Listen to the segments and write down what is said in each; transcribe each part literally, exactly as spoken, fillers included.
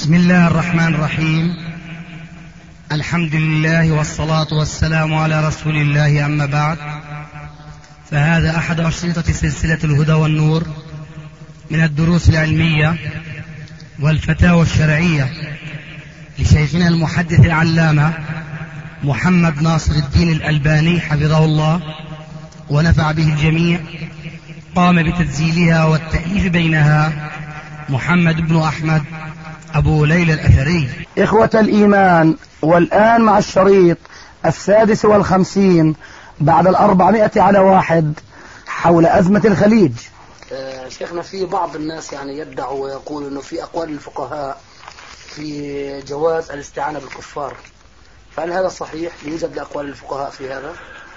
بسم الله الرحمن الرحيم. الحمد لله والصلاة والسلام على رسول الله، أما بعد، فهذا أحد أشرطة سلسلة الهدى والنور من الدروس العلمية والفتاوى الشرعية لشيخنا المحدث العلامة محمد ناصر الدين الألباني حفظه الله ونفع به الجميع. قام بتسجيلها والتأليف بينها محمد بن أحمد أبو ليلى الأثري. إخوة الإيمان، والآن مع الشريط السادس والخمسين بعد الأربعمائة على واحد حول أزمة الخليج. آه شيخنا، في بعض الناس يعني يدعوا ويقول أنه في أقوال الفقهاء في جواز الاستعانة بالكفار، فهل هذا صحيح؟ يوجد لأقوال الفقهاء في هذا؟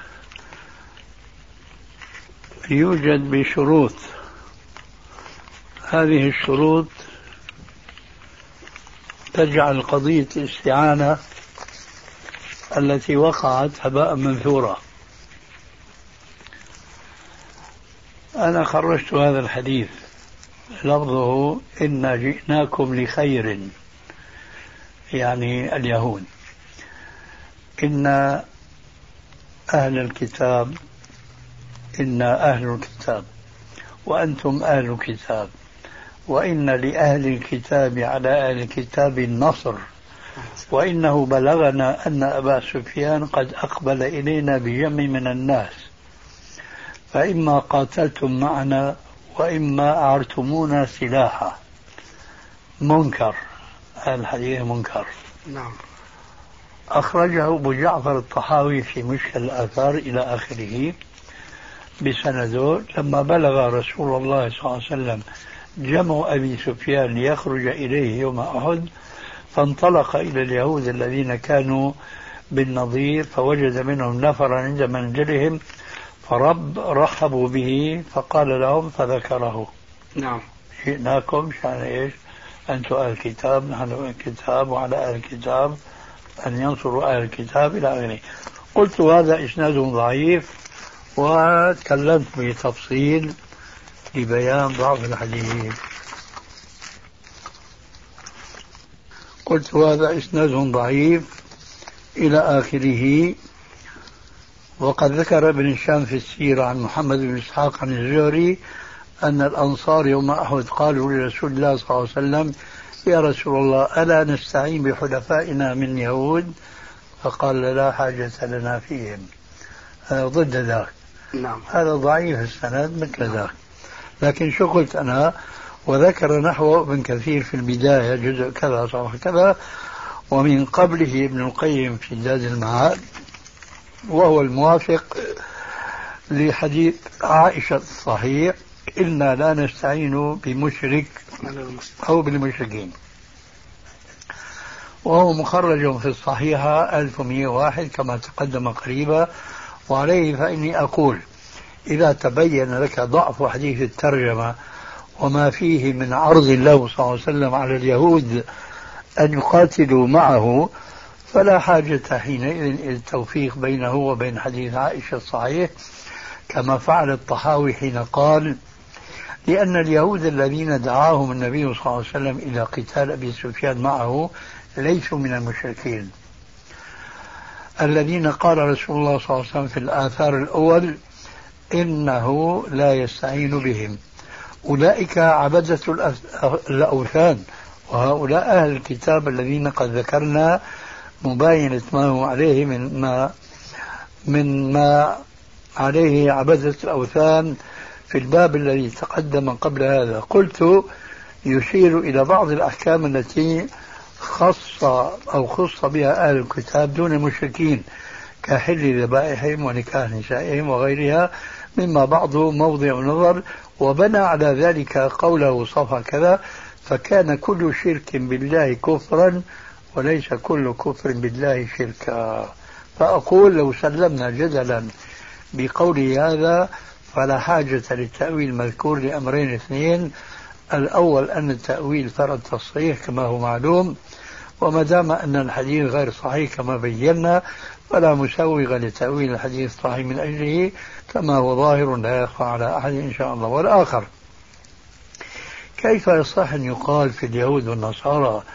يوجد بشروط. هذه الشروط تجعل قضية الاستعانة التي وقعت هباء منثورا. أنا خرجت هذا الحديث، لفظه إنا جئناكم لخير، يعني اليهود، إن أهل الكتاب إنا أهل الكتاب وأنتم أهل الكتاب، وإن لأهل الكتاب على أهل الكتاب النصر، وإنه بلغنا أن أبا سفيان قد أقبل إلينا بجمع من الناس، فإما قاتلتم معنا وإما أعرتمونا سلاحا. منكر، الحديث منكر. نعم. أخرجه أبو جعفر الطحاوي في مشكل الآثار إلى آخره بسنده. لما بلغ رسول الله صلى الله عليه وسلم جمع أبي سفيان ليخرج إليه يوم أحد، فانطلق إلى اليهود الذين كانوا بالنظير، فوجد منهم نفرا عند منزلهم، فرب رحبوا به فقال لهم فذكره. نعم. جئناكم شأن إيش؟ أنتم أهل الكتاب، نحن أهل الكتاب، وعلى أهل الكتاب أن ينصروا أهل الكتاب إلى آخره. قلت هذا إسناد ضعيف، وتكلمت بتفصيل لبيان ضعف الحديث. قلت هذا إسناد ضعيف إلى آخره. وقد ذكر ابن هشام في السيرة عن محمد بن إسحاق عن الزهري أن الأنصار يوم أحد قالوا لرسول الله صلى الله عليه وسلم: يا رسول الله، ألا نستعين بحلفائنا من يهود؟ فقال: لا حاجة لنا فيهم. هذا ضد ذاك. نعم. هذا ضعيف السند مثل ذاك. لكن شو قلت أنا؟ وذكر نحو ابن كثير في البداية جزء كذا صفحة كذا، ومن قبله ابن القيم في زاد المعاد، وهو الموافق لحديث عائشة الصحيح: إنا لا نستعين بمشرك أو بالمشركين، وهو مخرج في الصحيحة ألف ومئة وواحد كما تقدم قريبا. وعليه فإني أقول: إذا تبين لك ضعف حديث الترجمة وما فيه من عرض الله صلى الله عليه وسلم على اليهود أن يقاتلوا معه، فلا حاجة حينئذ إلى التوفيق بينه وبين حديث عائشة الصحيح، كما فعل الطحاوي حين قال: لأن اليهود الذين دعاهم النبي صلى الله عليه وسلم إلى قتال أبي سفيان معه ليسوا من المشركين الذين قال رسول الله صلى الله عليه وسلم في الآثار الأول إنه لا يستعين بهم. أولئك عبدة الأوثان، وهؤلاء أهل الكتاب الذين قد ذكرنا مباينة ما هو عليه من ما من ما عليه عبدة الأوثان في الباب الذي تقدم قبل هذا. قلت: يشير إلى بعض الأحكام التي خص أو خص بها أهل الكتاب دون المشركين، كحل ذبائحهم ونكاح نسائهم وغيرها، مما بعضه موضع نظر، وبنى على ذلك قوله صفحة كذا: فكان كل شرك بالله كفرا وليس كل كفر بالله شركا. فأقول: لو سلمنا جدلا بقوله هذا فلا حاجة للتأويل المذكور لأمرين اثنين: الأول أن التأويل فرض تصحيح كما هو معلوم، وما دام أن الحديث غير صحيح كما بينا فلا مسوغ لتأويل الحديث الصحيح من أجله، كما هو ظاهر لا يخفى على أحد إن شاء الله. والآخر: كيف يصح أن يقال في اليهود والنصارى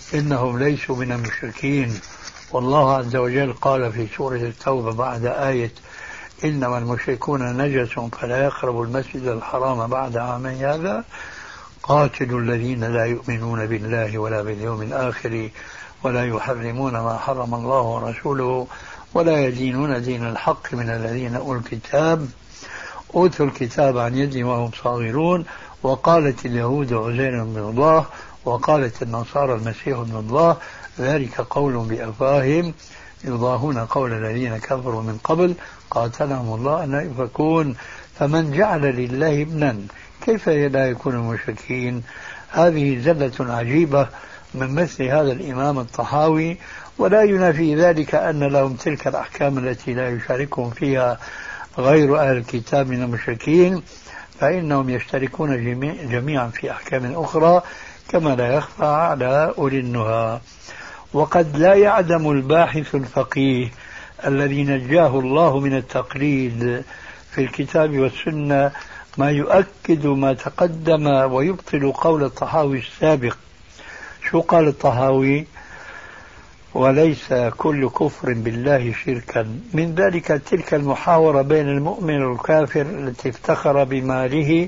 إنهم ليسوا من المشركين. والله عز وجل قال في سورة التوبة بعد آية إنما المشركون نجس فلا يقربوا المسجد الحرام بعد عامي هذا قاتلوا الذين لا يؤمنون بالله ولا باليوم الآخر ولا يحرمون ما حرم الله ورسوله ولا يدينون دين الحق من الذين أوتوا الكتاب أوتوا الكتاب عن يد وهم صاغرون. وقالت اليهود عزير بن الله وقالت النصارى المسيح ابن الله ذلك قول بأفواههم يضاهون قول الذين كفروا من قبل قاتلهم الله أن يفكون. فمن جعل لله ابنا كيف لا يكون المشركين؟ هذه زلة عجيبة من مثل هذا الإمام الطحاوي، ولا ينافي ذلك أن لهم تلك الأحكام التي لا يشاركهم فيها غير أهل الكتاب من المشركين، فإنهم يشتركون جميعا في أحكام أخرى كما لا يخفى على أولي النهى. وقد لا يعدم الباحث الفقيه الذي نجاه الله من التقليد في الكتاب والسنة ما يؤكد ما تقدم ويبطل قول الطحاوي السابق. شو قال الطحاوي؟ وليس كل كفر بالله شركا، من ذلك تلك المحاورة بين المؤمن والكافر التي افتخر بماله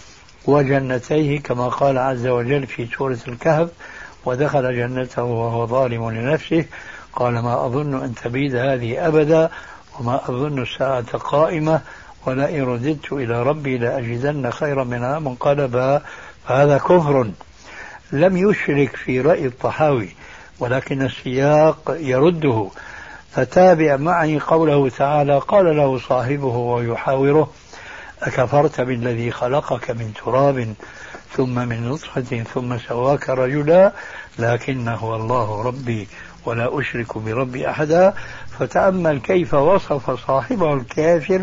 وجنتيه كما قال عز وجل في سورة الكهف ودخل جنته وهو ظالم لنفسه قال ما أظن أن تبيد هذه أبدا وما أظن الساعة قائمة ولئن رددت إلى ربي لأجدن خيرا منها منقلبا. فهذا كفر لم يشرك في رأي الطحاوي ولكن السياق يرده. فتابع معي قوله تعالى قال له صاحبه ويحاوره أكفرت بالذي خلقك من تراب ثم من نطفة ثم سواك رجلا لكن هو الله ربي ولا أشرك بربي أحدا. فتأمل كيف وصف صاحبه الكافر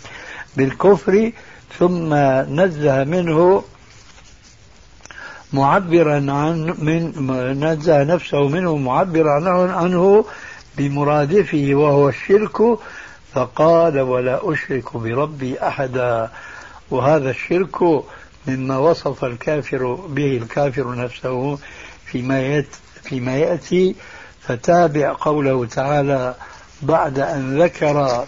بالكفر ثم نزه منه معبرا عن من نزه نفسه منه معبرا عنه بمرادفه وهو الشرك فقال ولا أشرك بربي أحدا. وهذا الشرك مما وصف الكافر به الكافر نفسه فيما فيما يأتي. فتابع قوله تعالى بعد أن ذكر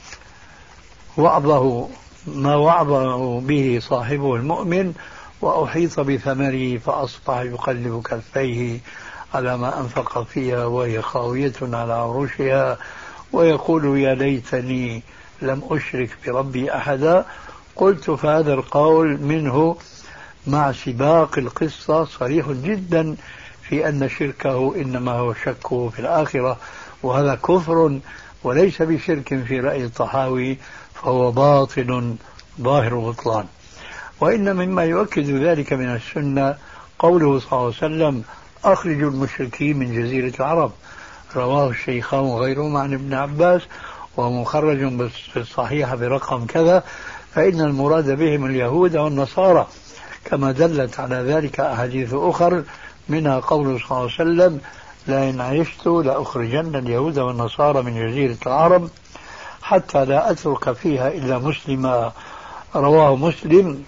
وعظه ما وعظه به صاحبه المؤمن وأحيط بثمره فأصبح يقلب كفيه على ما أنفق فيها وهي خاوية على عروشها ويقول يا ليتني لم أشرك بربي أحدا. قلت فهذا القول منه مع سباق القصة صريح جدا في أن شركه إنما هو شكه في الآخرة وهذا كفر وليس بشرك في رأي الطحاوي فهو باطل ظاهر بطلان. وإن مما يؤكد ذلك من السنة قوله صلى الله عليه وسلم أخرجوا المشركين من جزيرة العرب رواه الشيخان وغيرهما عن ابن عباس ومخرج في الصحيح برقم كذا فإن المراد بهم اليهود والنصارى كما دلت على ذلك أحاديث أخر منها قوله صلى الله عليه وسلم لئن عشت لأخرجن اليهود والنصارى من جزيرة العرب حتى لا أترك فيها إلا مسلما رواه مسلم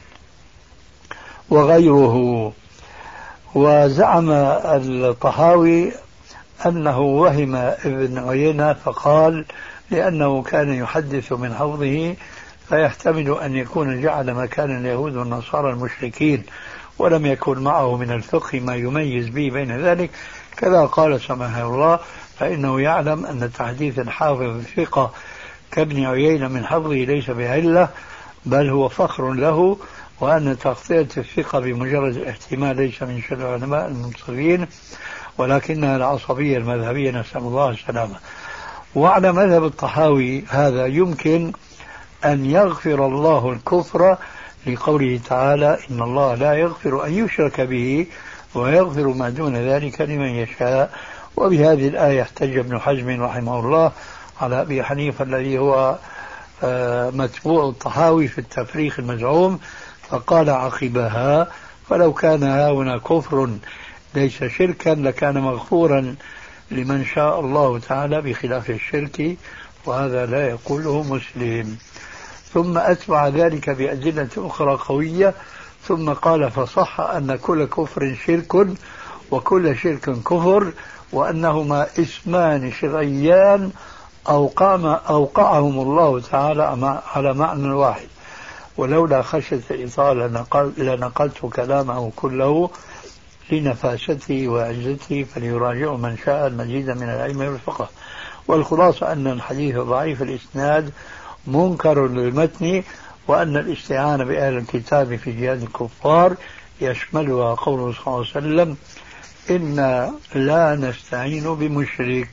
وغيره. وزعم الطحاوي أنه وهم ابن عيينة فقال لأنه كان يحدث من حوضه فيحتمل أن يكون جعل مكان اليهود والنصارى المشركين ولم يكن معه من الفقه ما يميز به بين ذلك. كذا قال سمحه الله فإنه يعلم أن تحديث الحافظ الثقة كابن عيينة من حفظه ليس بعلة بل هو فخر له وأن تغطية الثقة بمجرد الاحتمال ليس من شأن العلماء المنصفين ولكنها العصبية المذهبية نسأل الله السلامة. وعلى مذهب الطحاوي هذا يمكن أن يغفر الله الكفر لقوله تعالى إن الله لا يغفر أن يشرك به ويغفر ما دون ذلك لمن يشاء. وبهذه الآية احتج ابن حزم رحمه الله على أبي حنيفة الذي هو متبوع الطحاوي في التفريق المزعوم فقال عقبها فلو كان هنا كفر ليس شركا لكان مغفورا لمن شاء الله تعالى بخلاف الشرك وهذا لا يقوله مسلم. ثم أتبع ذلك بأدلة أخرى قوية ثم قال فصح أن كل كفر شرك وكل شرك كفر، وأنهما اسمان شرعيان أوقام أوقعهم الله تعالى على معنى واحد. ولولا خشية الإطالة لنقل لنقلت كلامه كله لنفاسته وعزته، فليراجعه من شاء المزيد من العلم والفقه. والخلاصة أن الحديث ضعيف الإسناد منكر للمتن، وأن الاستعانة بأهل الكتاب في جهاد الكفار يشملها قوله صلى الله عليه وسلم: إنا لا نستعين بمشرك.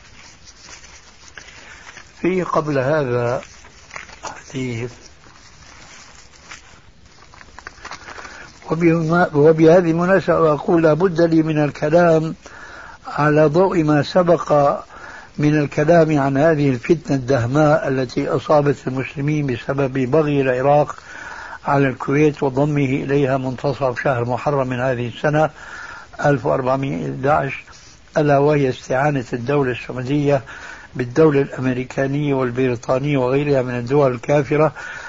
في قبل هذا حديث، وبهذه المناسبة أقول لابد لي من الكلام على ضوء ما سبق من الكلام عن هذه الفتنة الدهماء التي أصابت المسلمين بسبب بغي العراق على الكويت وضمه إليها منتصف شهر محرم من هذه السنة ألف وأربعمائة وأحد عشر، ألا وهي استعانة الدولة السعودية بالدولة الأمريكانية والبريطانية وغيرها من الدول الكافرة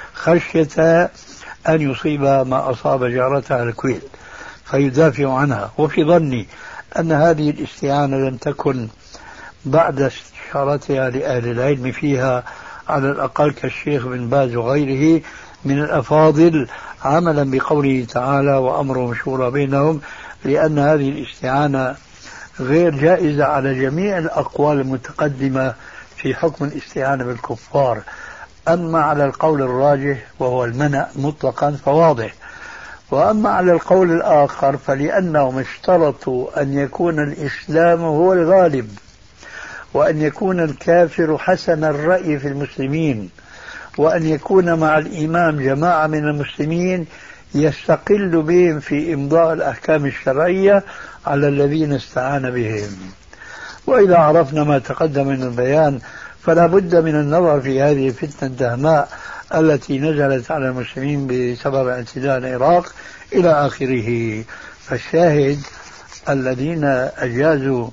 خشية أن يصيب ما أصاب جارتها الكويت فيدافع عنها. وفي ظني أن هذه الاستعانة لم تكن بعد استشارتها لأهل العلم فيها على الأقل كالشيخ بن باز وغيره من الأفاضل، عملا بقوله تعالى: وأمرهم شورى بينهم، لأن هذه الاستعانة غير جائزة على جميع الأقوال المتقدمة في حكم الاستعانة بالكفار. أما على القول الراجح وهو المنع مطلقا فواضح، وأما على القول الآخر فلأنهم اشترطوا أن يكون الإسلام هو الغالب، وأن يكون الكافر حسن الرأي في المسلمين، وأن يكون مع الإمام جماعة من المسلمين يستقل بهم في إمضاء الأحكام الشرعية على الذين استعان بهم. وإذا عرفنا ما تقدم من البيان فلا بد من النظر في هذه الفتنة الدهماء التي نزلت على المسلمين بسبب اعتداء العراق إلى آخره. فالشاهد الذين أجازوا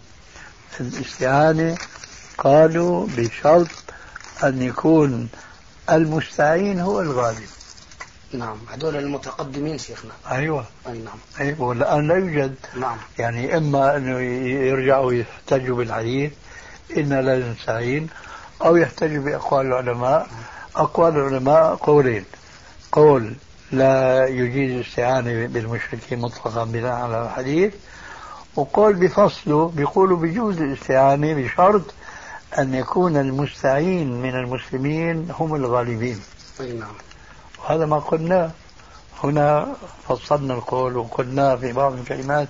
الاستعانة قالوا بشرط أن يكون المستعين هو الغالب. نعم، هذول المتقدمين شيخنا. أيوة. أي نعم. أيوة، والآن لا يوجد. نعم. يعني إما أنه يرجعوا يحتجوا بالحديث إن لا نستعين، أو يحتجوا بأقوال العلماء. أقوال العلماء قولين: قول لا يجيز الاستعانة بالمشركين مطلقا بناء على الحديث، وقول بفصله بيقولوا بيجوز الاستعانة بشرط أن يكون المستعين من المسلمين هم الغالبين. أي نعم. وهذا ما قلنا هنا، فصلنا القول وقلنا في بعض الكلمات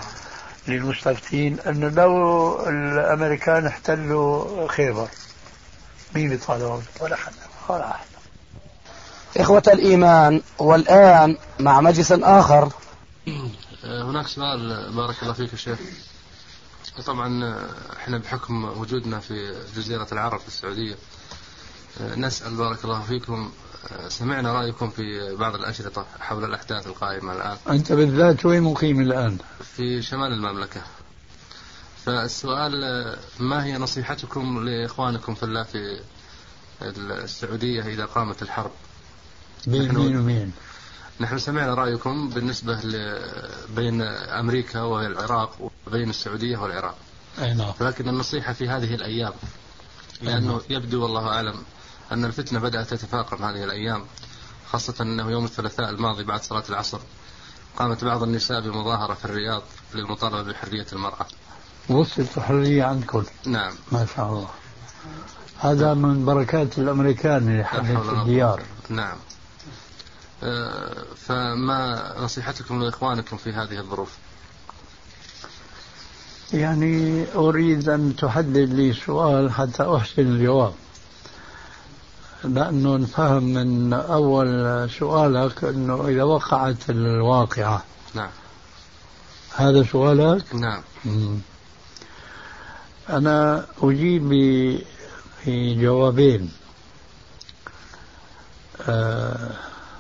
للمستفتين أنه لو الأمريكان احتلوا خيبر مين يطالبهم؟ ولا حد ولا حد. إخوة الإيمان، والآن مع مجلس آخر. هناك سؤال بارك الله فيك يا شيخ. طبعا احنا بحكم وجودنا في جزيرة العرب في السعودية نسأل بارك الله فيكم، سمعنا رأيكم في بعض الأشرطة حول الأحداث القائمة الآن. أنت بالذات وين مقيم الآن؟ في شمال المملكة. فالسؤال: ما هي نصيحتكم لإخوانكم في الله في السعودية إذا قامت الحرب؟ بين مين ومين؟ نحن سمعنا رأيكم بالنسبة بين أمريكا والعراق وبين السعودية والعراق. أي نعم. لكن النصيحة في هذه الأيام، لأنه يبدو والله أعلم أن الفتنة بدأت تتفاقم هذه الأيام، خاصة أنه يوم الثلاثاء الماضي بعد صلاة العصر قامت بعض النساء بمظاهرة في الرياض للمطالبة بحرية المرأة. وصلت الحرية عندكم؟ نعم ما شاء الله. هذا من بركات الأمريكان اللي حدث الديار. نعم. فما نصيحتكم لإخوانكم في هذه الظروف؟ يعني أريد أن تحدد لي سؤال حتى أحسن الجواب، لأنه نفهم من أول سؤالك أنه إذا وقعت الواقعة. نعم. هذا سؤالك؟ نعم. مم. أنا أجيب في جوابين. آه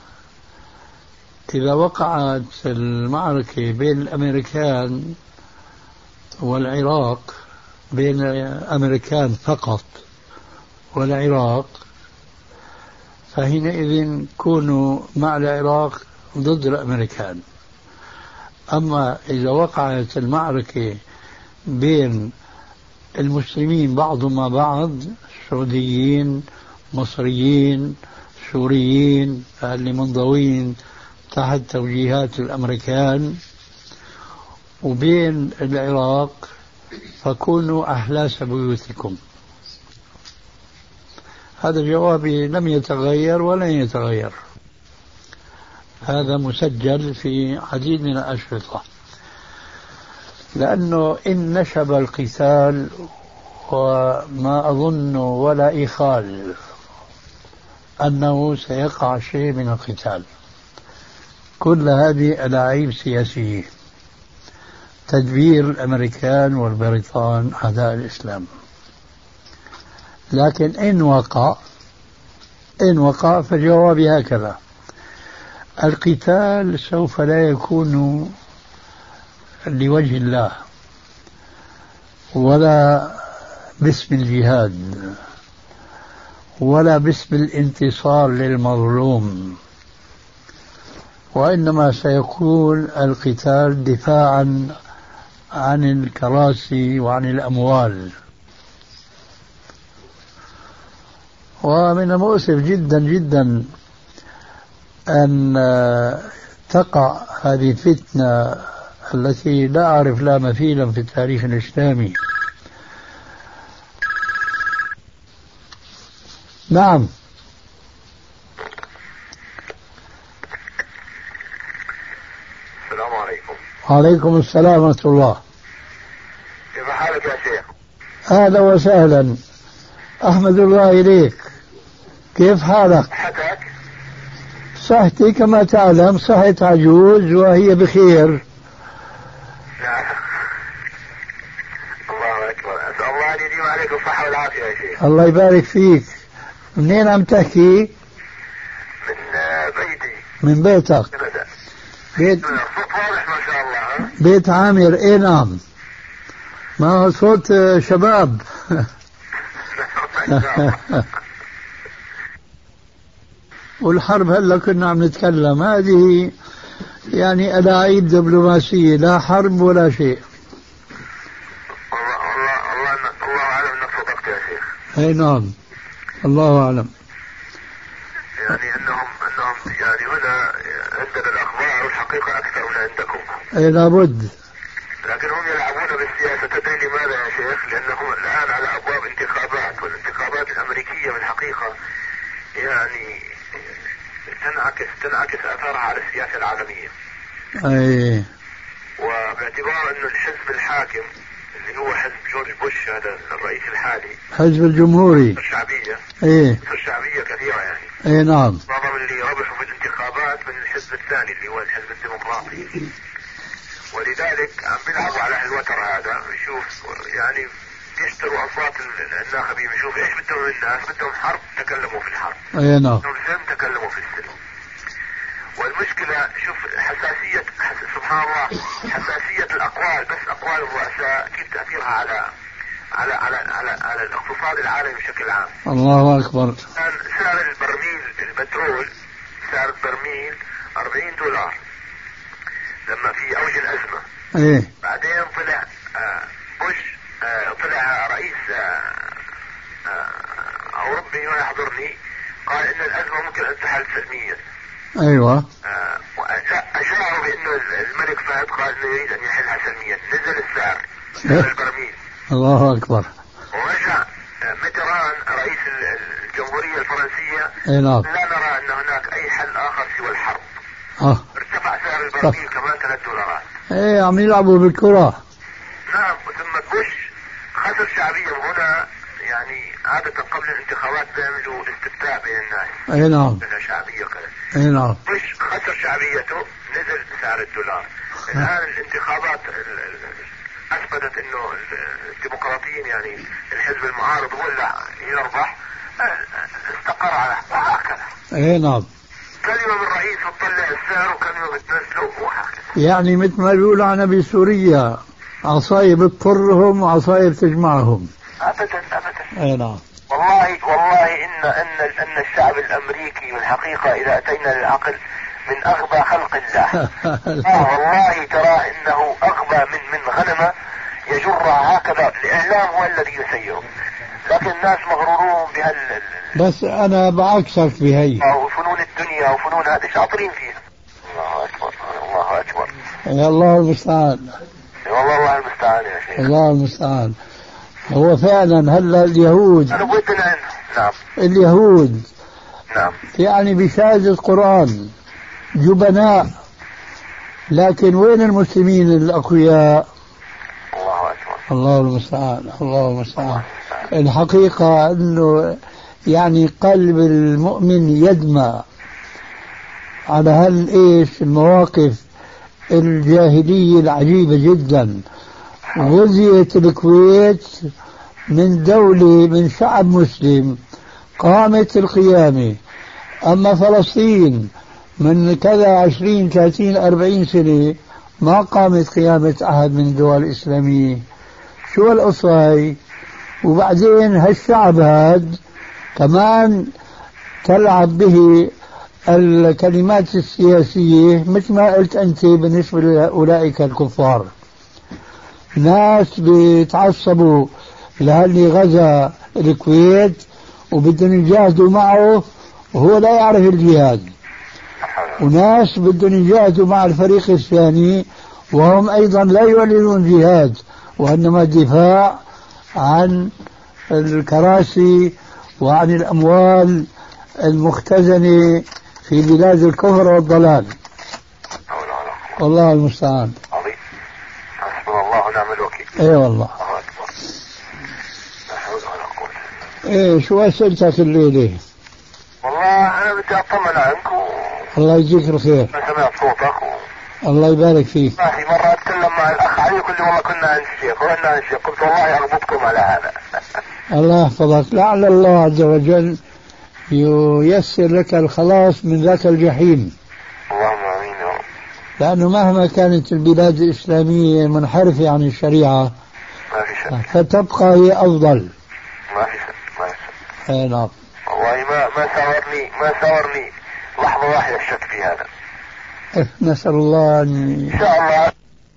إذا وقعت المعركة بين الأمريكان والعراق، بين الأمريكان فقط والعراق، فحينئذ كونوا مع العراق ضد الأمريكان. أما إذا وقعت المعركة بين المسلمين بعضهم مع بعض، سعوديين مصريين سوريين اللي منضوين تحت توجيهات الأمريكان، وبين العراق، فكونوا أحلاس بيوتكم. هذا جوابي لم يتغير ولن يتغير، هذا مسجل في عديد من الأشرطة. لأنه إن نشب القتال، وما أظن ولا إخال أنه سيقع شيء من القتال، كل هذه ألاعيب سياسية، تدبير الأمريكان والبريطان أعداء الإسلام. لكن إن وقع إن وقع فجوابي هكذا: القتال سوف لا يكون لوجه الله ولا باسم الجهاد ولا باسم الانتصار للمظلوم، وإنما سيكون القتال دفاعا عن الكراسي وعن الأموال. ومن المؤسف جدا جدا أن تقع هذه الفتنة التي لا أعرف لا مثيلا في التاريخ الإسلامي. نعم. السلام عليكم. وعليكم السلام ورحمة الله. كيف حالك يا شيخ؟ أهلا وسهلا، أحمد الله إليك. كيف حالك؟ صحتك؟ صحتي كما تعلم صحة عجوز وهي بخير. نعم. الله أكبر، أسأل الله أن يديم عليك الصحة والعافية يا شيخ. الله يبارك فيك. منين عم تحكي؟ من بيتي. من بيتك؟ بيت الصوت واضح ما شاء الله. ها؟ بيت عامر. ايه نعم، ما هو صوت شباب. والحرب هلا كنا عم نتكلم، هذه يعني ألاعيب دبلوماسية، لا حرب ولا شيء. الله الله الله الله أعلم أنك صدقت يا شيخ. اي نعم، الله أعلم. يعني أنهم أنهم يعني هنا عندنا الأخبار والحقيقة أكثر من عندكم. اي لابد. لكن هم يلعبون بالسياسة. تدري لماذا يا شيخ؟ لأنهم الآن على أبواب انتخابات، والانتخابات الأمريكية بالحقيقة يعني تنعكس تنعكس أثرها على السياسة العالمية. اي. وباعتبار أنه الحزب الحاكم اللي هو حزب جورج بوش، هذا الرئيس الحالي، حزب الجمهوري، الشعبية، ايه الشعبية كثيرة يعني. اي نعم. معظم اللي ربحوا في الانتخابات من الحزب الثاني اللي هو الحزب الديمقراطي، ولذلك عم بيلعبوا على الوتر هذا. بيشوف يعني يشتروا اصوات الناخبين، بيشوف ايش بدهم الناس، بدهم حرب تكلموا في الحرب، اي نعم، بدهم سلم تكلموا في السلم. والمشكلة شوف حساسية، سبحان الله، حساسية الأقوال، بس أقوال الرؤساء كيف تأثيرها على على على على, على الاقتصاد العالمي بشكل عام. الله أكبر. الآن سعر البرميل البترول، سعر البرميل أربعين دولار لما في أوج الأزمة. ايه. بعدين طلع آه بوش، آه طلع رئيس آه آه أوروبي ما يحضرني، قال إن الأزمة ممكن أن تحل سلميا. ايوه. آه أشاعوا بأنه الملك فهد قال إنه يريد أن يحلها سلميا، نزل السعر البرميل. الله أكبر. ورجع ميتران رئيس الجمهورية الفرنسية، اي نعم، لا نرى أن هناك أي حل آخر سوى الحرب. اه ارتفع سعر البرميل كمان ثلاث دولارات. ايه عم يلعبوا بالكرة. نعم. ثم بوش خسر شعبية، وهنا يعني عادة قبل الانتخابات بيعملوا استفتاء بين الناس. اي نعم. شعبية كذا. اي نعم. بوش خسر شعبيته، نزل سعر الدولار. الآن الانتخابات أثبتت إنه الديمقراطيين يعني الحزب المعارض هو اللي يربح، استقر على وهكذا. اي نعم. كلمة من رئيس تطلع السعر وكلمة بتنزله وهكذا. يعني مثل ما بيقولوا عنا بسوريا، عصاية بتضرهم وعصاية بتجمعهم. أبدا أبدا. اي نعم. والله والله إن إن إن الشعب الأمريكي بالحقيقة إذا أتينا للعقل من أغبى خلق الله. آه والله ترى إنه أغبى من من غنمة يجرها هكذا. الإعلام هو الذي يسيره، لكن الناس مغرورون بهال بس أنا بعكسك بهي وفنون الدنيا وفنون هذه شاطرين فيها. الله أكبر الله أكبر. يا الله المستعان. والله الله المستعان يا شيخ. الله المستعان. هو فعلا هلا اليهود أنا بدنا نعم اليهود نعم يعني بشاهد القرآن جبناء، لكن وين المسلمين الأقوياء؟ الله أكبر. الله المستعان الله المستعان. الحقيقة أنه يعني قلب المؤمن يدمع على هالإيش المواقف الجاهلية العجيبة جدا. غزيت الكويت من دولة من شعب مسلم قامت القيامة، أما فلسطين من كذا عشرين ثلاثين أربعين سنة ما قامت قيامة أحد من الدول الإسلامية. شو القصة هاي؟ وبعدين هالشعب هاد كمان تلعب به الكلمات السياسية مثل ما قلت أنت بالنسبة لأولئك الكفار. ناس بيتعصبوا لهاللي غزا الكويت وبدهم يجاهدوا معه وهو لا يعرف الجهاد، وناس بدهم يجاهدوا مع الفريق الثاني وهم أيضا لا يعلنون جهاد وإنما دفاع عن الكراسي وعن الأموال المختزنة في بلاد الكفر والضلال. والله المستعان. عظيم. حسبنا الله ونعم الوكيل. اي والله. ايه شو اسئلتك الليلة؟ والله انا بدي اطمن عنك و... الله يجزيك الخير. انا سمعت صوتك و... الله يبارك فيك. ما في مرة اتكلم مع الاخ علي يقول لي والله كنا عند الشيخ وكنا عند الشيخ، قلت والله اغبطكم على هذا. الله يحفظك. لعل الله عز وجل ييسر لك الخلاص من ذاك الجحيم. اللهم امين يا رب. لانه مهما كانت البلاد الاسلامية منحرفة عن الشريعة ما في شك فتبقى هي افضل. ما في شك ما في شك. اي نعم. والله ما ما ساورني ما ساورني لحظة واحدة الشك في هذا. نسأل الله أن إن شاء الله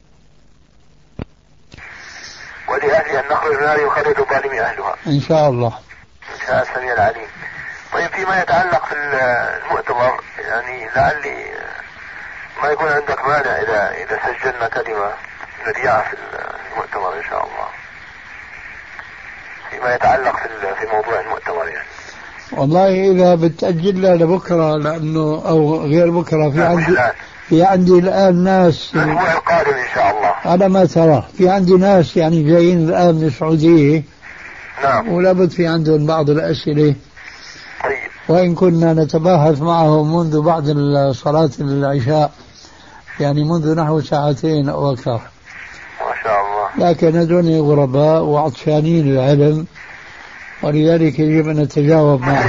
ولأهلي أن نخرج من هذه وخرج ظالمي أهلها إن شاء الله. إن شاء السميع العليم. طيب فيما يتعلق في المؤتمر يعني لعلي ما يكون عندك مانع إذا إذا سجلنا كلمة نذيعها في المؤتمر إن شاء الله فيما يتعلق في في موضوع المؤتمر يعني. والله إذا بتأجلها لبكرة لأنه أو غير بكرة في عندي في عندي الآن ناس الأسبوع القادم إن شاء الله. على ما ترى في عندي ناس يعني جايين الآن من السعودية. نعم. ولابد في عندهم بعض الأسئلة. طيب. وإن كنا نتباحث معهم منذ بعد صلاة العشاء يعني منذ نحو ساعتين أو أكثر. ما شاء الله. لكن هذول غرباء وعطشانين العلم ولذلك يجب أن نتجاوب معهم.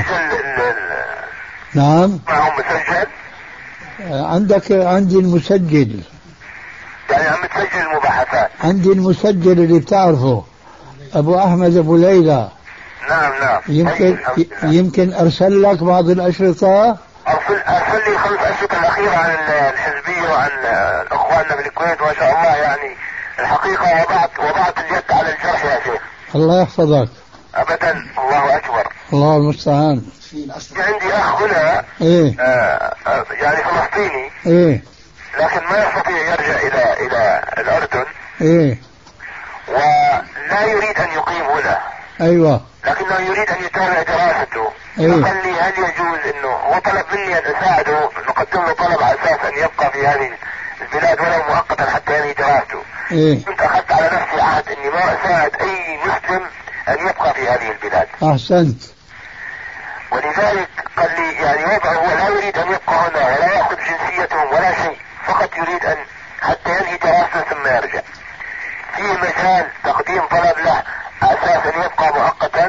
نعم. معهم مسجل؟ عندك عندي المسجل. يعني عم تسجل المباحثات؟ عندي المسجل اللي بتعرفه أبو أحمد أبو ليلى. نعم نعم. يمكن يمكن أرسل لك بعض الأشرطة. أرسل أرسل لي خمس أشرطة الأخيرة عن الحزبية وعن أخواننا بالكويت ما شاء الله يعني الحقيقة وضعت وضعت اليد على الجرح يا شيخ. الله يحفظك. أبدا. الله أكبر. الله المستعان. عندي أخ هنا إيه؟ آه آه يعني فلسطيني. إيه؟ لكن ما يستطيع يرجع إلى إلى الأردن. إيه؟ ولا يريد أن يقيم هنا. أيوة. لكنه يريد أن يتابع دراسته. إيه؟ فقال لي هل يجوز إنه هو طلب مني أن أساعده نقدم له طلب على أساس أن يبقى في هذه البلاد ولو مؤقتا حتى ينهي دراسته. إيه؟ كنت أخذت على نفسي عهد إني ما أساعد أي مسلم أن يبقى في هذه البلاد. أحسنت. ولذلك قال لي يعني وضعه هو لا يريد أن يبقى هنا ولا يأخذ جنسيتهم ولا شيء، فقط يريد أن حتى ينهي دراسته ثم يرجع. في مجال تقديم طلب له أساس أن يبقى مؤقتا.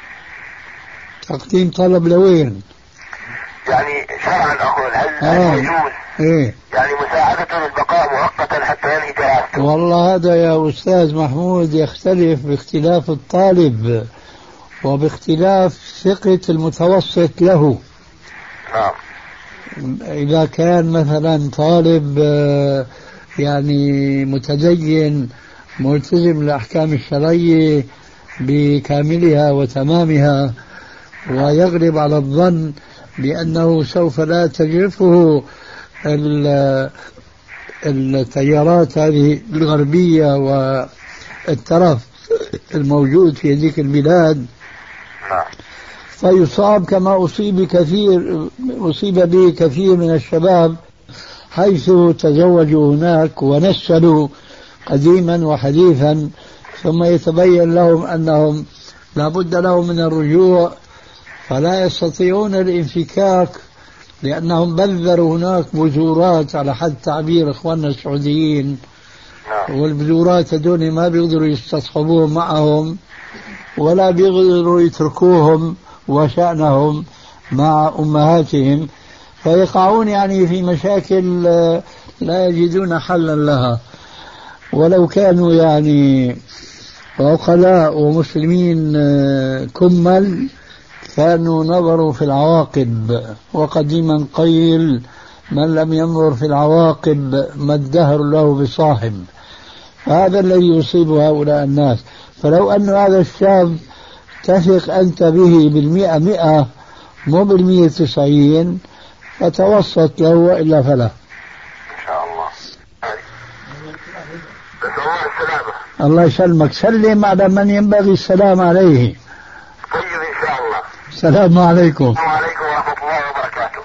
تقديم طلب لوين؟ يعني شرعا أقول هل, آه. هل يجوز إيه؟ يعني مساعدته للبقاء مؤقتا حتى ينهي دراسته؟ والله هذا يا أستاذ محمود يختلف باختلاف الطالب وباختلاف ثقة المتوسط له. نعم. إذا كان مثلا طالب يعني متدين ملتزم الأحكام الشرعية بكاملها وتمامها، ويغلب على الظن بأنه سوف لا تجرفه التيارات هذه الغربية والترف الموجود في هذيك البلاد، فيصاب كما أصيب كثير أصيب به كثير من الشباب، حيث تزوجوا هناك ونسلوا قديما وحديثا، ثم يتبين لهم أنهم لا بد لهم من الرجوع، فلا يستطيعون الانفكاك لأنهم بذروا هناك بذورات على حد تعبير إخواننا السعوديين، والبذورات هذول ما بيقدروا يستصحبوهم معهم ولا بيقدروا يتركوهم وشأنهم مع أمهاتهم، فيقعون يعني في مشاكل لا يجدون حلا لها. ولو كانوا يعني عقلاء ومسلمين كمل كانوا نظروا في العواقب، وقديما قيل من لم ينظر في العواقب ما الدهر له بصاحب. هذا الذي يصيب هؤلاء الناس. فلو أن هذا الشاب تثق أنت به بالمئة مئة مو بالمئة تسعين، فتوسط له وإلا فلا. إن شاء الله. الله يسلمك. سلم على من ينبغي السلام عليه. طيب إن شاء الله. السلام عليكم. وعليكم ورحمة الله وبركاته.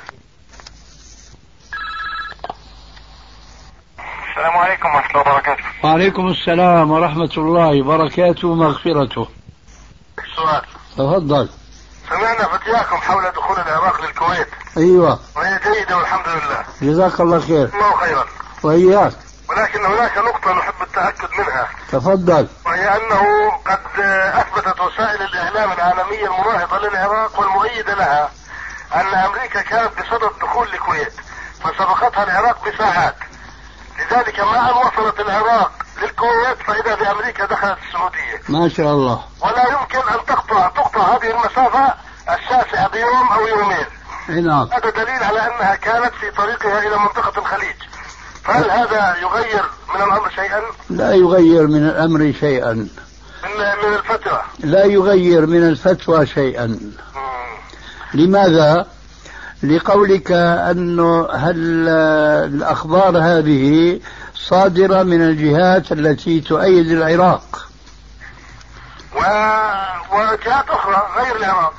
السلام عليكم ورحمة الله وبركاته. وعليكم السلام ورحمة الله وبركاته ومغفرته. سؤال. تفضل. سمعنا فتياكم حول دخول العراق للكويت. أيوة. وهي جيدة والحمد لله. جزاك الله خير. الله خيرا. وإياك. ولكن هناك نقطة نحب التأكد منها. تفضل. وهي أنه قد أثبتت وسائل الإعلام العالمية المناهضة للعراق والمؤيدة لها أن أمريكا كانت بصدد دخول الكويت فسبقتها العراق بساعات، لذلك ما أن وصلت العراق للكويت فإذا بأمريكا دخلت السعودية. ما شاء الله. ولا يمكن أن تقطع تقطع هذه المسافة الشاسعة بيوم أو يومين. نعم. هذا دليل على أنها كانت في طريقها إلى منطقة الخليج. فهل هذا يغير من الأمر شيئا؟ لا يغير من الأمر شيئا. من من الفتوى. لا يغير من الفتوى شيئا. مم. لماذا؟ لقولك أنه هل الأخبار هذه صادرة من الجهات التي تؤيد العراق و... وجهات أخرى غير العراق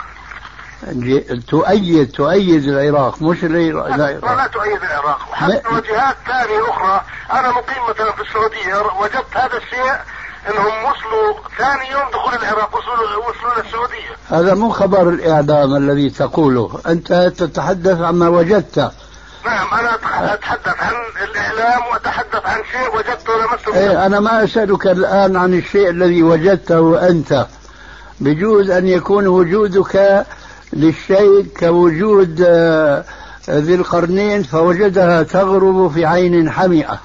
تؤيد تؤيد العراق مش العراق. لا تؤيد العراق، وحتى وجهات ثانية أخرى. أنا مقيم مثلا في السعودية وجدت هذا الشيء انهم وصلوا ثاني يوم دخول العراق وصلوا وصلوا للسعوديه. هذا مو خبر الاعلام الذي تقوله، انت تتحدث عما وجدت. نعم انا اتحدث عن الاعلام واتحدث عن شيء وجدته لمسته. ايه انا ما اسالك الان عن الشيء الذي وجدته انت، بجوز ان يكون وجودك للشيء كوجود ذي القرنين فوجدها تغرب في عين حمئة،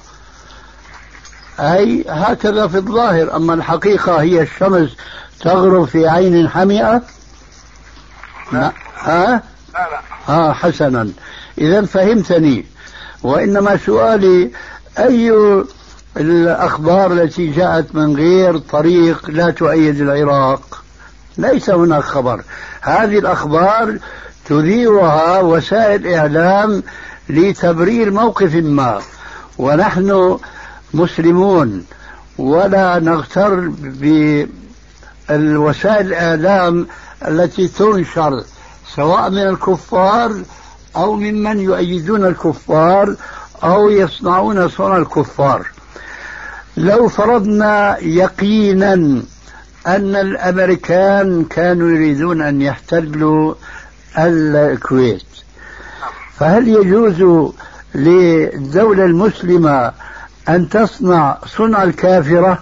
أي هكذا في الظاهر. أما الحقيقة هي الشمس تغرب في عين حمئة. لا. ها؟ لا لا. ها حسنا، إذا فهمتني. وإنما سؤالي أي الأخبار التي جاءت من غير طريق لا تؤيد العراق؟ ليس هناك خبر. هذه الأخبار تذيعها وسائل إعلام لتبرير موقف ما، ونحن مسلمون ولا نغتر بالوسائل الإعلام التي تنشر سواء من الكفار أو ممن يؤيدون الكفار أو يصنعون صنع الكفار. لو فرضنا يقينا أن الأمريكان كانوا يريدون أن يحتلوا الكويت، فهل يجوز للدولة المسلمة أن تصنع صنع الكافرة؟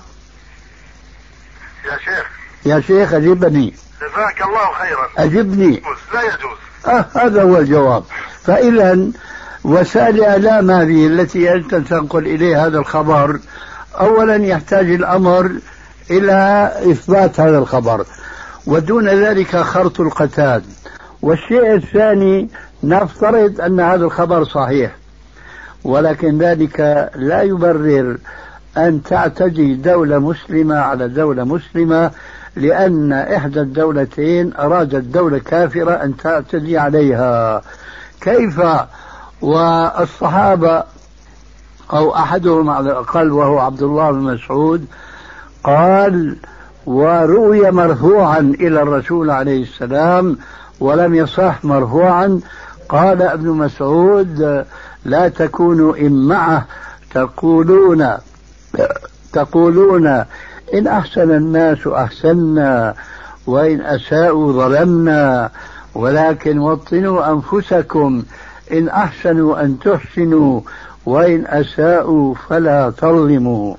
يا شيخ يا شيخ أجبني. جزاك الله خيرا. أجبني. لا يجوز. آه هذا هو الجواب. فإذا وسائل الإعلام هذه التي أنت تنقل إليه هذا الخبر، أولا يحتاج الأمر إلى إثبات هذا الخبر، ودون ذلك خرط القتاد. والشيء الثاني نفترض أن هذا الخبر صحيح، ولكن ذلك لا يبرر أن تعتدي دولة مسلمة على دولة مسلمة لأن إحدى الدولتين أرادت دولة كافرة أن تعتدي عليها. كيف والصحابة أو أحدهم على الأقل وهو عبد الله بن مسعود قال وروي مرفوعا إلى الرسول عليه السلام ولم يصح مرفوعا، قال ابن مسعود لا تكونوا إمعة تقولون تقولون إن أحسن الناس أحسنا وإن أساءوا ظلمنا، ولكن وطنوا أنفسكم إن أحسنوا أن تحسنوا وإن أساءوا فلا تظلموا.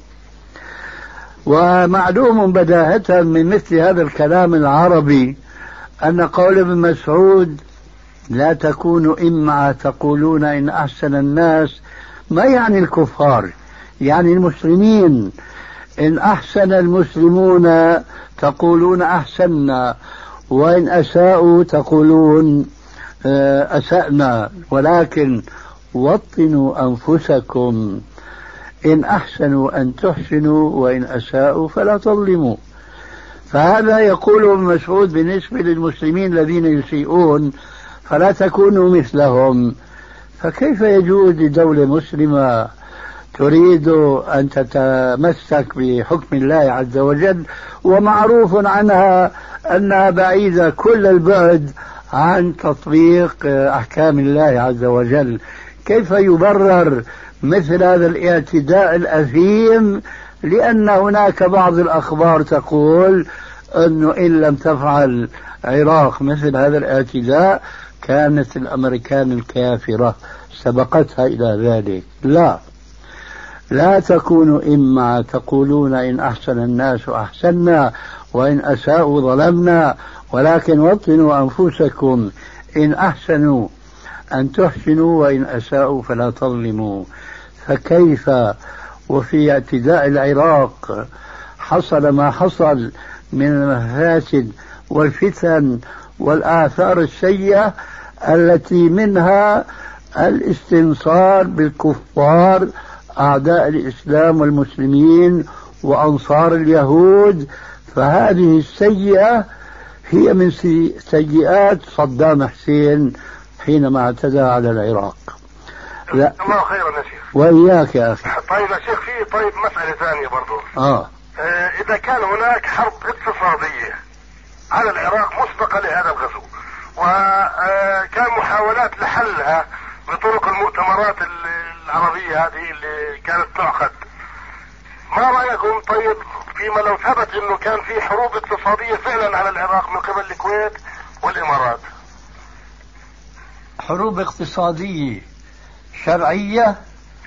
ومعلوم بداهة من مثل هذا الكلام العربي أن قول ابن مسعود لا تكونوا إمعة تقولون إن أحسن الناس ما يعني الكفار، يعني المسلمين. إن أحسن المسلمون تقولون أحسننا وإن أساءوا تقولون أسأنا، ولكن وطنوا أنفسكم إن أحسنوا أن تحسنوا وإن أساءوا فلا تظلموا. فهذا يقول ابن مسعود بالنسبة للمسلمين الذين يسيئون فلا تكونوا مثلهم. فكيف يجوز لدولة مسلمة تريد أن تتمسك بحكم الله عز وجل ومعروف عنها أنها بعيدة كل البعد عن تطبيق أحكام الله عز وجل، كيف يبرر مثل هذا الاعتداء الأثيم؟ لأن هناك بعض الأخبار تقول أنه إن لم تفعل العراق مثل هذا الاعتداء كانت الأمريكان الكافرة سبقتها إلى ذلك. لا لا تكونوا إما تقولون إن أحسن الناس أحسنا وإن أساءوا ظلمنا، ولكن وطنوا أنفسكم إن أحسنوا أن تحسنوا وإن أساءوا فلا تظلموا. فكيف وفي اعتداء العراق حصل ما حصل من المفاسد والفتن والآثار السيئة التي منها الاستنصار بالكفار أعداء الإسلام والمسلمين وأنصار اليهود؟ فهذه السيئة هي من سيئات صدام حسين حينما اعتدى على العراق. لا الله خيرا يا شيخ. وإياك يا أخي. طيب يا شيخ في طيب مسألة ثانية برضو. آه. آه إذا كان هناك حرب اقتصادية على العراق مسبقة لهذا الغزو وكان محاولات لحلها بطرق المؤتمرات العربية هذه اللي كانت تعقد، ما رأيكم طيب فيما لو ثبت انه كان في حروب اقتصادية فعلا على العراق من قبل الكويت والامارات؟ حروب اقتصادية شرعية؟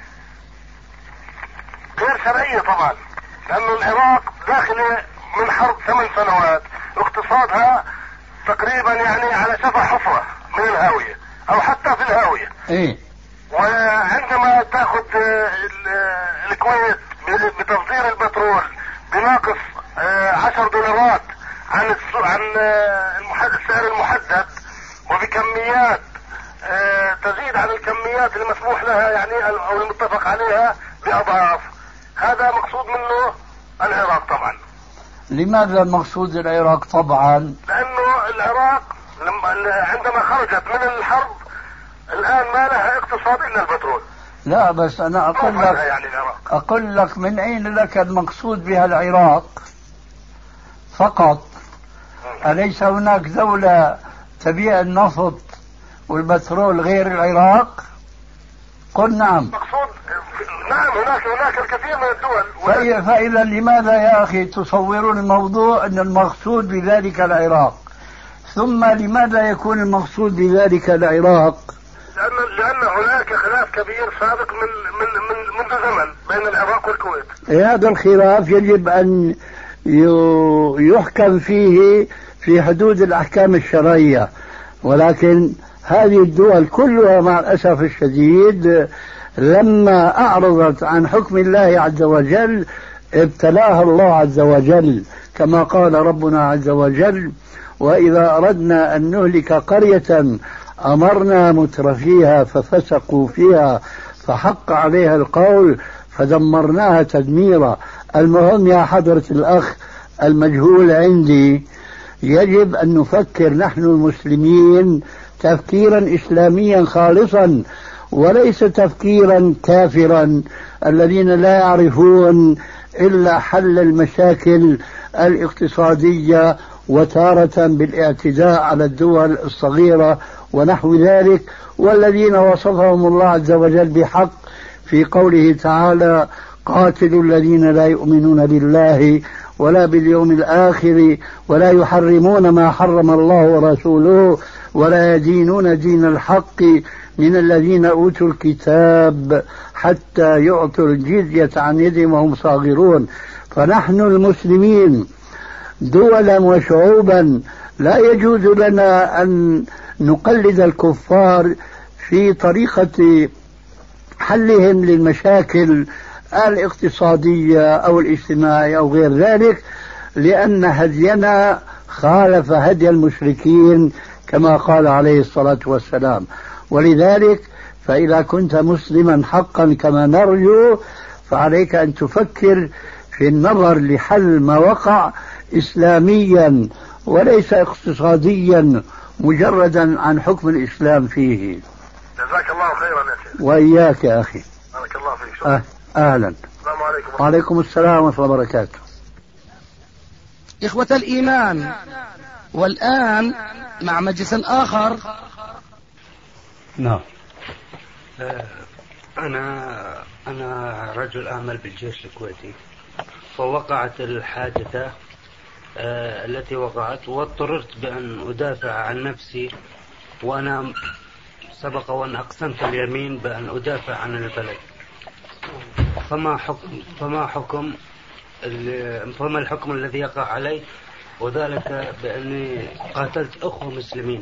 غير شرعية طبعا، لانه العراق داخله من حرب ثمان سنوات اقتصادها تقريبا يعني على شفا حفرة من الهاوية او حتى في الهاوية. ايه. وعندما تاخذ الكويت بتصدير البترول بناقص عشر دولارات عن عن السعر المحدد وبكميات تزيد عن الكميات المسموح لها يعني او المتفق عليها باضعاف، هذا مقصود منه العراق طبعا. لماذا مقصود العراق طبعا؟ لانه العراق لما عندما خرجت من الحرب الآن ما لها اقتصاد إلا البترول. لا بس أنا أقول لك يعني أقول لك من أين لك المقصود بها العراق فقط؟ أليس هناك دولة تبيع النفط والبترول غير العراق؟ قل نعم. مقصود نعم هناك هناك الكثير من الدول. فإذا لماذا يا أخي تصورون الموضوع أن المقصود بذلك العراق؟ ثم لماذا يكون المقصود بذلك العراق؟ لأن لأن هناك خلاف كبير سابق من من من منذ زمن بين العراق والكويت. هذا الخلاف يجب أن يحكم فيه في حدود الأحكام الشرعية، ولكن هذه الدول كلها مع الأسف الشديد لما أعرضت عن حكم الله عز وجل ابتلاها الله عز وجل، كما قال ربنا عز وجل: وإذا أردنا أن نهلك قرية أمرنا مترفيها ففسقوا فيها فحق عليها القول فدمرناها تدميرا. المهم يا حضرة الأخ المجهول عندي، يجب أن نفكر نحن المسلمين تفكيرا إسلاميا خالصا، وليس تفكيرا كافرا الذين لا يعرفون إلا حل المشاكل الاقتصادية وتارة بالاعتداء على الدول الصغيرة ونحو ذلك، والذين وصفهم الله عز وجل بحق في قوله تعالى: قاتلوا الذين لا يؤمنون بالله ولا باليوم الآخر ولا يحرمون ما حرم الله ورسوله ولا يدينون دين الحق من الذين أوتوا الكتاب حتى يعطوا الجزية عن يدهم وهم صاغرون. فنحن المسلمين دولا وشعوبا لا يجوز لنا أن نقلد الكفار في طريقة حلهم للمشاكل الاقتصادية أو الاجتماعية أو غير ذلك، لأن هدينا خالف هدي المشركين كما قال عليه الصلاة والسلام. ولذلك فإذا كنت مسلما حقا كما نرجو فعليك أن تفكر في النظر لحل ما وقع إسلاميا وليس اقتصاديا مجردا عن حكم الإسلام فيه. جزاك الله خيرا يا شيخ. وإياك يا أخي. بارك الله فيك. أه أهلا. السلام عليكم. وعليكم السلام ورحمة الله وبركاته. إخوة الإيمان، والآن مع مجلس آخر. نعم. أنا أنا رجل أعمل بالجيش الكويتي، فوقعت الحادثة آه التي وقعت، واضطررت بأن أدافع عن نفسي، وأنا سبق وأن أقسمت اليمين بأن أدافع عن البلد. فما حكم فما حكم فما الحكم الذي يقع علي، وذلك بأني قاتلت أخوة مسلمين.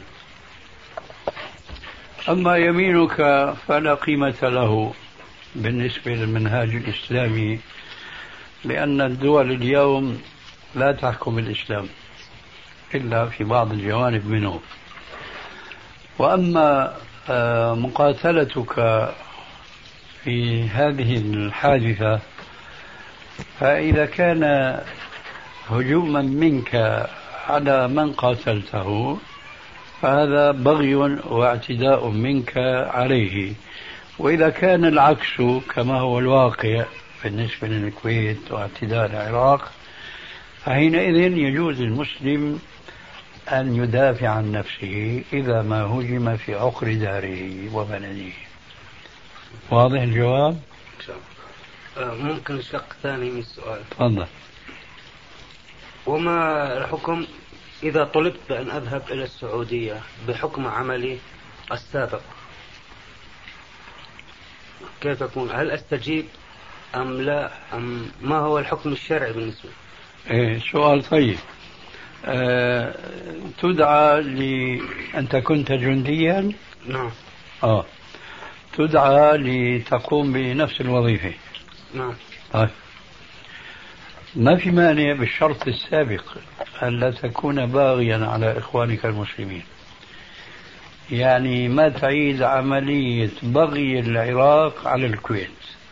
أما يمينك فلا قيمة له بالنسبة للمنهاج الإسلامي، لأن الدول اليوم لا تحكم الإسلام إلا في بعض الجوانب منه. وأما مقاتلتك في هذه الحادثة فإذا كان هجوما منك على من قاتلته فهذا بغي واعتداء منك عليه، وإذا كان العكس كما هو الواقع بالنسبة للكويت واعتداء العراق فحينئذ يجوز المسلم أن يدافع عن نفسه إذا ما هجم في عقر داره وبلده. واضح الجواب؟ ممكن شق ثاني من السؤال؟ تفضل. وما الحكم إذا طلبت بأن أذهب إلى السعودية بحكم عملي السابق؟ كيف أكون؟ هل أستجيب أم لا؟ أم ما هو الحكم الشرعي بالنسبة؟ إيه سؤال طيب. أه تدعى لأنت كنت جنديا؟ نعم. آه تدعى لتقوم بنفس الوظيفة؟ نعم. طيب ما في مانع بالشرط السابق أن لا تكون باغيا على إخوانك المسلمين، يعني ما تعيد عملية بغي العراق على الكويت.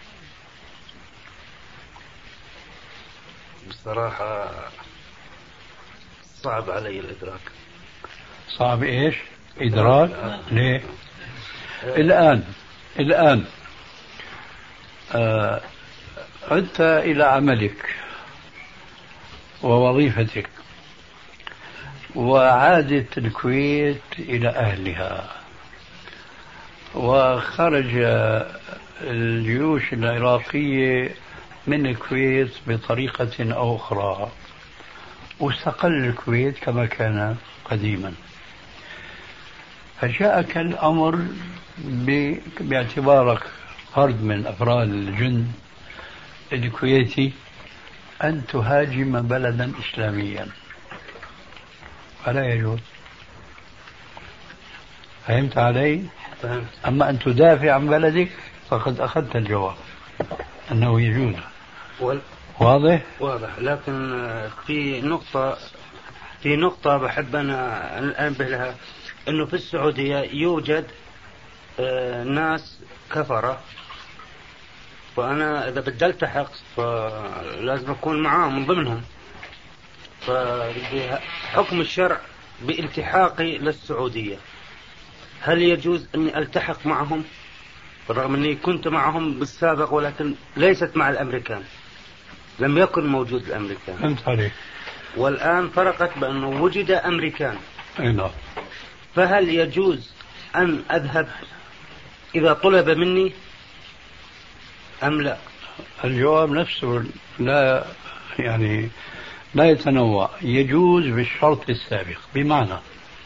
بصراحة صعب علي الإدراك. صعب إيش؟ إدراك؟ ليه؟ الآن الآن آه عدت إلى عملك ووظيفتك وعادت الكويت إلى أهلها، وخرج الجيوش العراقية من الكويت بطريقة أو أخرى واستقل الكويت كما كان قديما، فجاءك الأمر باعتبارك فرد من أفراد الجند الكويتي أن تهاجم بلدا إسلاميا، فلا يجوز. فهمت علي؟ فهمت. أما أن تدافع عن بلدك فقد أخذت الجواب أنه يجوز. وال... واضح؟ واضح. لكن في نقطة في نقطة بحب أنا أنبه لها. أنه في السعودية يوجد آه ناس كفرة، فأنا إذا بدي ألتحق فلازم أكون معاهم من ضمنهم، فحكم الشرع بالتحاقي للسعودية هل يجوز أني ألتحق معهم بالرغم أني كنت معهم بالسابق ولكن ليست مع الأمريكان، لم يكن موجود الأمريكان. فهمت عليك. والآن فرقت بأنه وجد أمريكان. نعم. فهل يجوز أن أذهب إذا طلب مني أم لا؟ الجواب نفسه لا يعني لا يتنوع، يجوز بالشرط السابق. بمعنى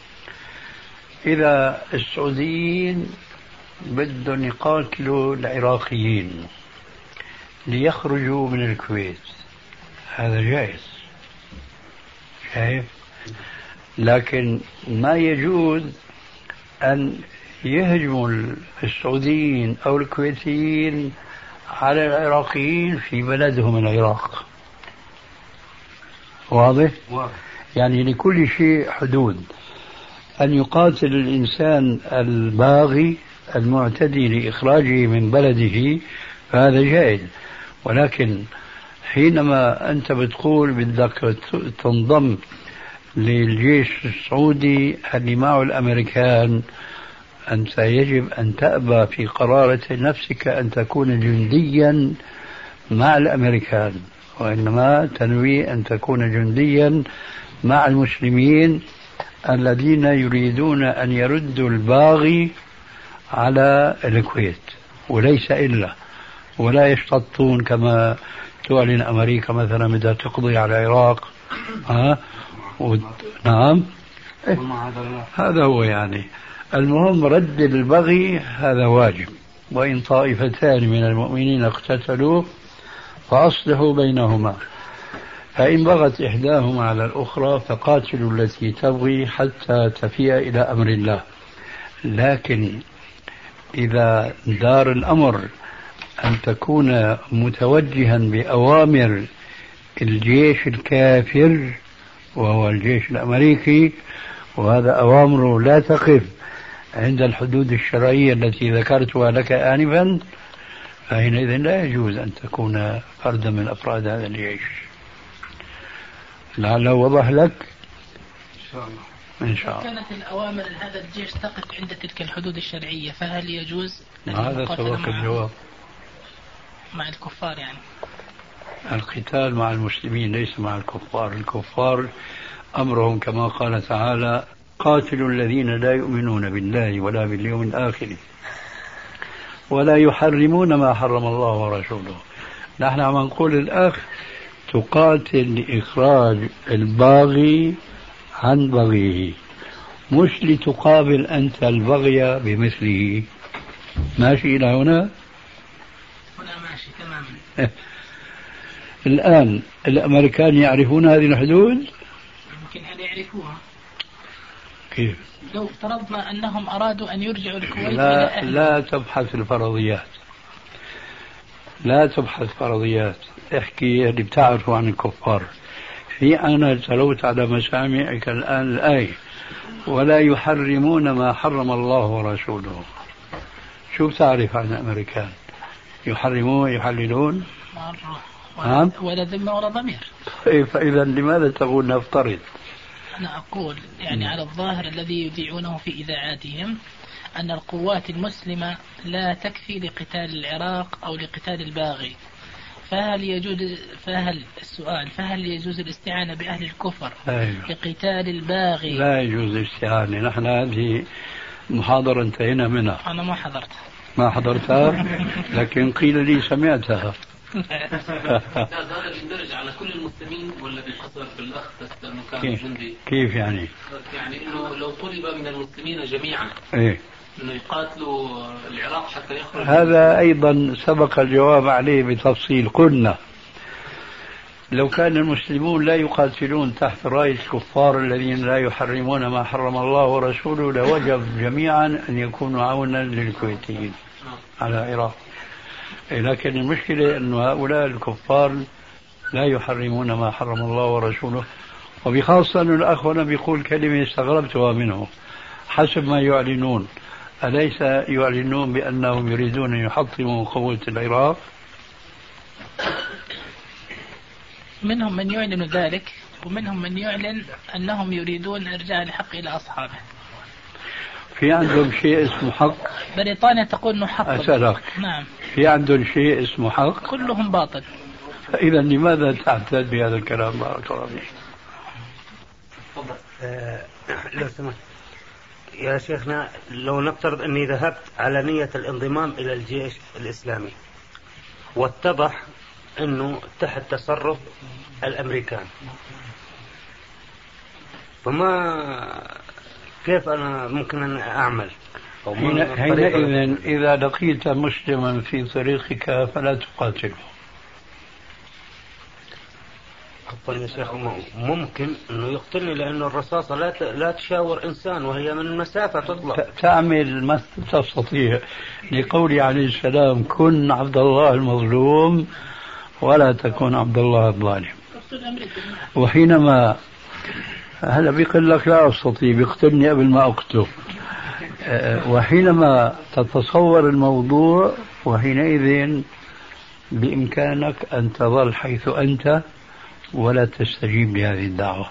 إذا السعوديين بدهم يقاتلوا العراقيين ليخرجوا من الكويت هذا جائز، شايف؟ لكن ما يجوز أن يهجموا السعوديين أو الكويتيين على العراقيين في بلدهم العراق. واضح؟ واضح. يعني لكل شيء حدود. أن يقاتل الإنسان الباغي المعتدي لإخراجه من بلده فهذا جائز، ولكن حينما أنت بتقول بدك تنضم للجيش السعودي اللي معه الأمريكان، أنت يجب أن تأبى في قرارة نفسك أن تكون جنديا مع الأمريكان، وإنما تنوي أن تكون جنديا مع المسلمين الذين يريدون أن يردوا الباغي على الكويت، وليس إلا، ولا يشتطون كما تعلن أمريكا مثلا بدها تقضي على العراق. ها و... نعم إيه؟ هذا هو يعني المهم رد البغي هذا واجب. وإن طائفتان من المؤمنين اقتتلوا فأصلحوا بينهما فإن بغت إحداهما على الأخرى فقاتلوا التي تبغي حتى تفيء إلى أمر الله. لكن إذا دار الأمر أن تكون متوجها بأوامر الجيش الكافر وهو الجيش الأمريكي، وهذا أوامره لا تقف عند الحدود الشرعية التي ذكرتها لك آنفا، فحينئذ لا يجوز أن تكون فردا من أفراد هذا الجيش. لعله وضح لك إن شاء الله. إن شاء الله. كانت الأوامر هذا الجيش تقف عند تلك الحدود الشرعية فهل يجوز هذا سبق الجواب مع الكفار؟ يعني القتال مع المسلمين ليس مع الكفار. الكفار أمرهم كما قال تعالى قاتلوا الذين لا يؤمنون بالله ولا باليوم الآخر ولا يحرمون ما حرم الله ورسوله. نحن عم نقول الأخ تقاتل لإخراج الباغي عن بغيه، مش لتقابل أنت البغي بمثله. ماشي إلى هنا؟ هنا ماشي تماما. الآن الأمريكان يعرفون هذه الحدود؟ يمكن أن يعرفوها. كيف؟ لو افترضنا أنهم أرادوا أن يرجعوا الكويت لا لا تبحث الفرضيات، لا تبحث فرضيات، احكي اللي بتعرفه عن الكفار. في أنا تلوت على مسامعك الآن الآية ولا يحرمون ما حرم الله ورسوله. شو بتعرف عن الأمريكان؟ يحرمون يحللون ولا, ولا ذمة ولا ضمير. فإذا لماذا تقول نفترض؟ أنا أقول يعني م. على الظاهر الذي يذيعونه في إذاعاتهم أن القوات المسلمة لا تكفي لقتال العراق أو لقتال الباغي، فهل يجوز فهل السؤال فهل يجوز الاستعانة بأهل الكفر أيوة. لقتال الباغي؟ لا يجوز الاستعانة. نحن هذه محاضرة انتهينا منها. أنا ما حضرتها. ما حضرتها لكن قيل لي سمعتها. هذا يندرج على كل المسلمين ولا بيقصر في الأخ بس لأنه كان كيف؟ جندي؟ كيف يعني؟ يعني إنه لو طلب من المسلمين جميعا إيه؟ إنه يقاتلوا العراق حتى يخرج. هذا أيضا سبق الجواب عليه بتفصيل. قلنا لو كان المسلمون لا يقاتلون تحت راية الكفار الذين لا يحرمون ما حرم الله ورسوله لوجب جميعا أن يكونوا عونا للكويتيين على العراق. لكن المشكلة أن هؤلاء الكفار لا يحرمون ما حرم الله ورسوله، وبخاصة أن الأخ هنا بيقول كلمة استغربتها منه، حسب ما يعلنون أليس يعلنون بأنهم يريدون أن يحطموا قوة العراق؟ منهم من يعلن ذلك ومنهم من يعلن أنهم يريدون إرجاع الحق إلى أصحابه. في عندهم شيء اسمه حق؟ بريطانيا تقول أنه حق. أسألك. نعم. في عندهم شيء اسمه حق؟ كلهم باطل. إذا لماذا تعتد بهذا الكلام؟ بارك الله فيك. تفضل. آه لو سمحت يا شيخنا، لو نفترض أني ذهبت على نية الانضمام إلى الجيش الإسلامي واتضح أنه تحت تصرف الأمريكان، فما كيف أنا ممكن أن أعمل؟ حينئذ إذا لقيت مسلما في طريقك فلا تقاتله. عفوا يا شيخ، ممكن أنه يقتلني لأن الرصاصة لا لا تشاور إنسان وهي من مسافة تطلع. تعمل ما تستطيع، لقول عليه السلام: كن عبد الله المظلوم ولا تكن عبد الله الظالم. وحينما هلا بيقول لك لا أستطيع، بيقتلني قبل ما أقتله. وحينما تتصور الموضوع وحينئذ بإمكانك أن تظل حيث أنت ولا تستجيب لهذه الدعوة.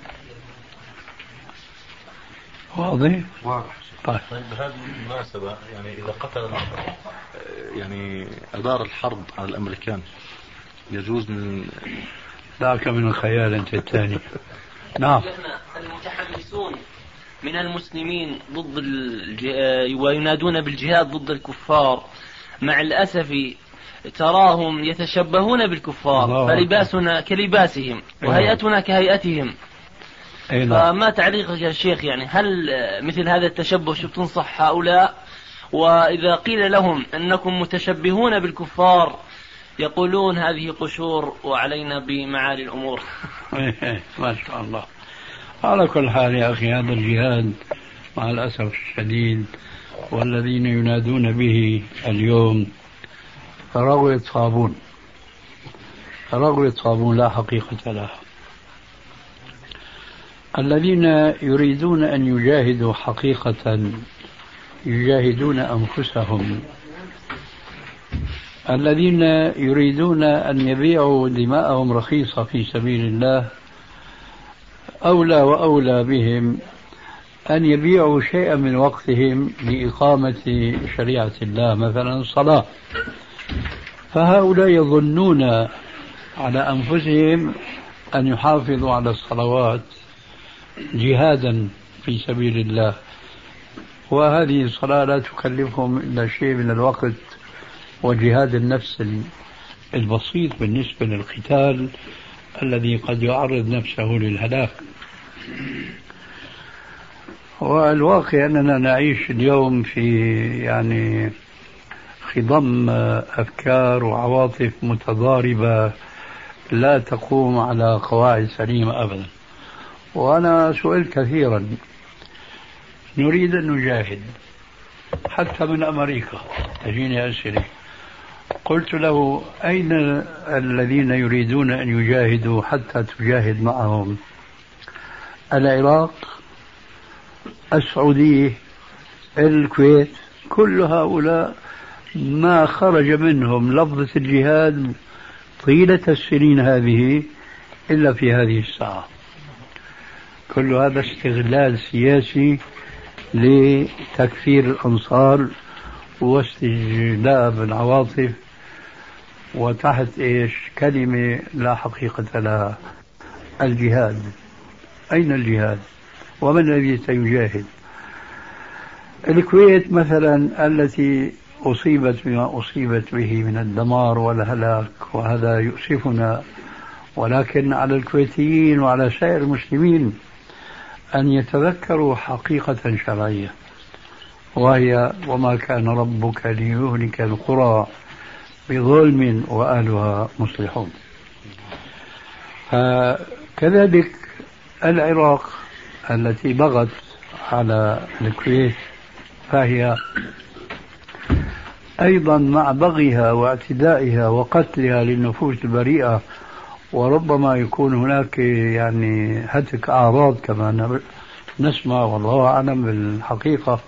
واضح؟ واضح. طيب. طيب بهذه المناسبة يعني إذا قتل يعني أدار الحرب على الأمريكان يجوز من ذاك من الخيال أنت الثاني. نعم. المتحمسون من المسلمين ضد الج... وينادون بالجهاد ضد الكفار، مع الأسف تراهم يتشبهون بالكفار، فلباسنا كلباسهم وهيئتنا كهيئتهم. فما تعليقك يا شيخ؟ يعني هل مثل هذا التشبه شو تنصح هؤلاء؟ وإذا قيل لهم أنكم متشبهون بالكفار يقولون هذه قشور وعلينا بمعالي الأمور. ما شاء الله. على كل حال يا أخي، هذا الجهاد مع الأسف الشديد والذين ينادون به اليوم رغوة صابون، رغوة صابون لا حقيقة لها. الذين يريدون أن يجاهدوا حقيقة يجاهدون أنفسهم، الذين يريدون أن يبيعوا دماءهم رخيصة في سبيل الله أولى وأولى بهم أن يبيعوا شيئا من وقتهم لإقامة شريعة الله، مثلا الصلاة. فهؤلاء يظنون على أنفسهم أن يحافظوا على الصلوات جهادا في سبيل الله، وهذه الصلاة لا تكلفهم إلا شيء من الوقت وجهاد النفس البسيط بالنسبة للقتال الذي قد يعرض نفسه للهلاك. والواقع أننا نعيش اليوم في يعني خضم أفكار وعواطف متضاربة لا تقوم على قواعد سليمة أبدا. وأنا سئلت كثيرا، نريد أن نجاهد، حتى من أمريكا تجيني أسئلة، قلت له: أين الذين يريدون أن يجاهدوا حتى تجاهد معهم؟ العراق، السعودية، الكويت، كل هؤلاء ما خرج منهم لفظة الجهاد طيلة السنين هذه إلا في هذه الساعة. كل هذا استغلال سياسي لتكفير الأنصار واستجلاب العواطف، وتحت إيش؟ كلمة لا حقيقة لها. الجهاد، أين الجهاد؟ ومن الذي سيجاهد؟ الكويت مثلا التي أصيبت بما أصيبت به من الدمار والهلاك، وهذا يؤسفنا، ولكن على الكويتيين وعلى سائر المسلمين أن يتذكروا حقيقة شرعية، وهي: وما كان ربك ليهلك القرى بظلم وأهلها مصلحون. كذلك العراق التي بغت على الكويت، فهي أيضا مع بغيها واعتدائها وقتلها للنفوس البريئة، وربما يكون هناك يعني هتك أعراض كما نسمع والله أعلم بالحقيقة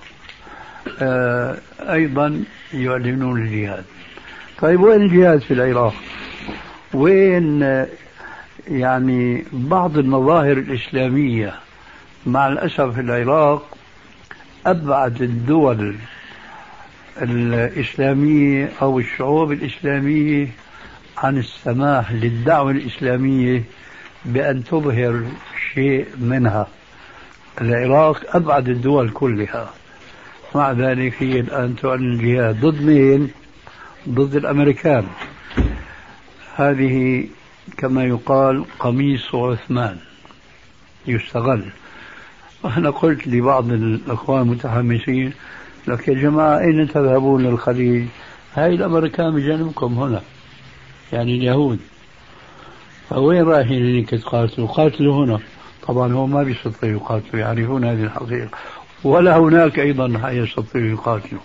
أيضا يعلنون الجهاد. طيب وين الجهاد في العراق؟ وين يعني بعض المظاهر الإسلامية؟ مع الأسف في العراق أبعد الدول الإسلامية أو الشعوب الإسلامية عن السماح للدعوة الإسلامية بأن تظهر شيء منها. العراق أبعد الدول كلها، مع ذلك هي الآن تعلن الجهاد ضد مين؟ ضد الأمريكان. هذه كما يقال قميص عثمان يستغل. وأنا قلت لبعض الأخوان المتحمسين لك يا جماعة أين تذهبون للخليج؟ هاي الأمريكان بجانبكم هنا، يعني اليهود، فوين رايحين هناك تقاتلوا؟ قاتلوا هنا. طبعا هو ما بيستطيعوا يقاتلوا، يعرفون هذه الحقيقة، ولا هناك أيضا يستطيعوا يقاتلوا.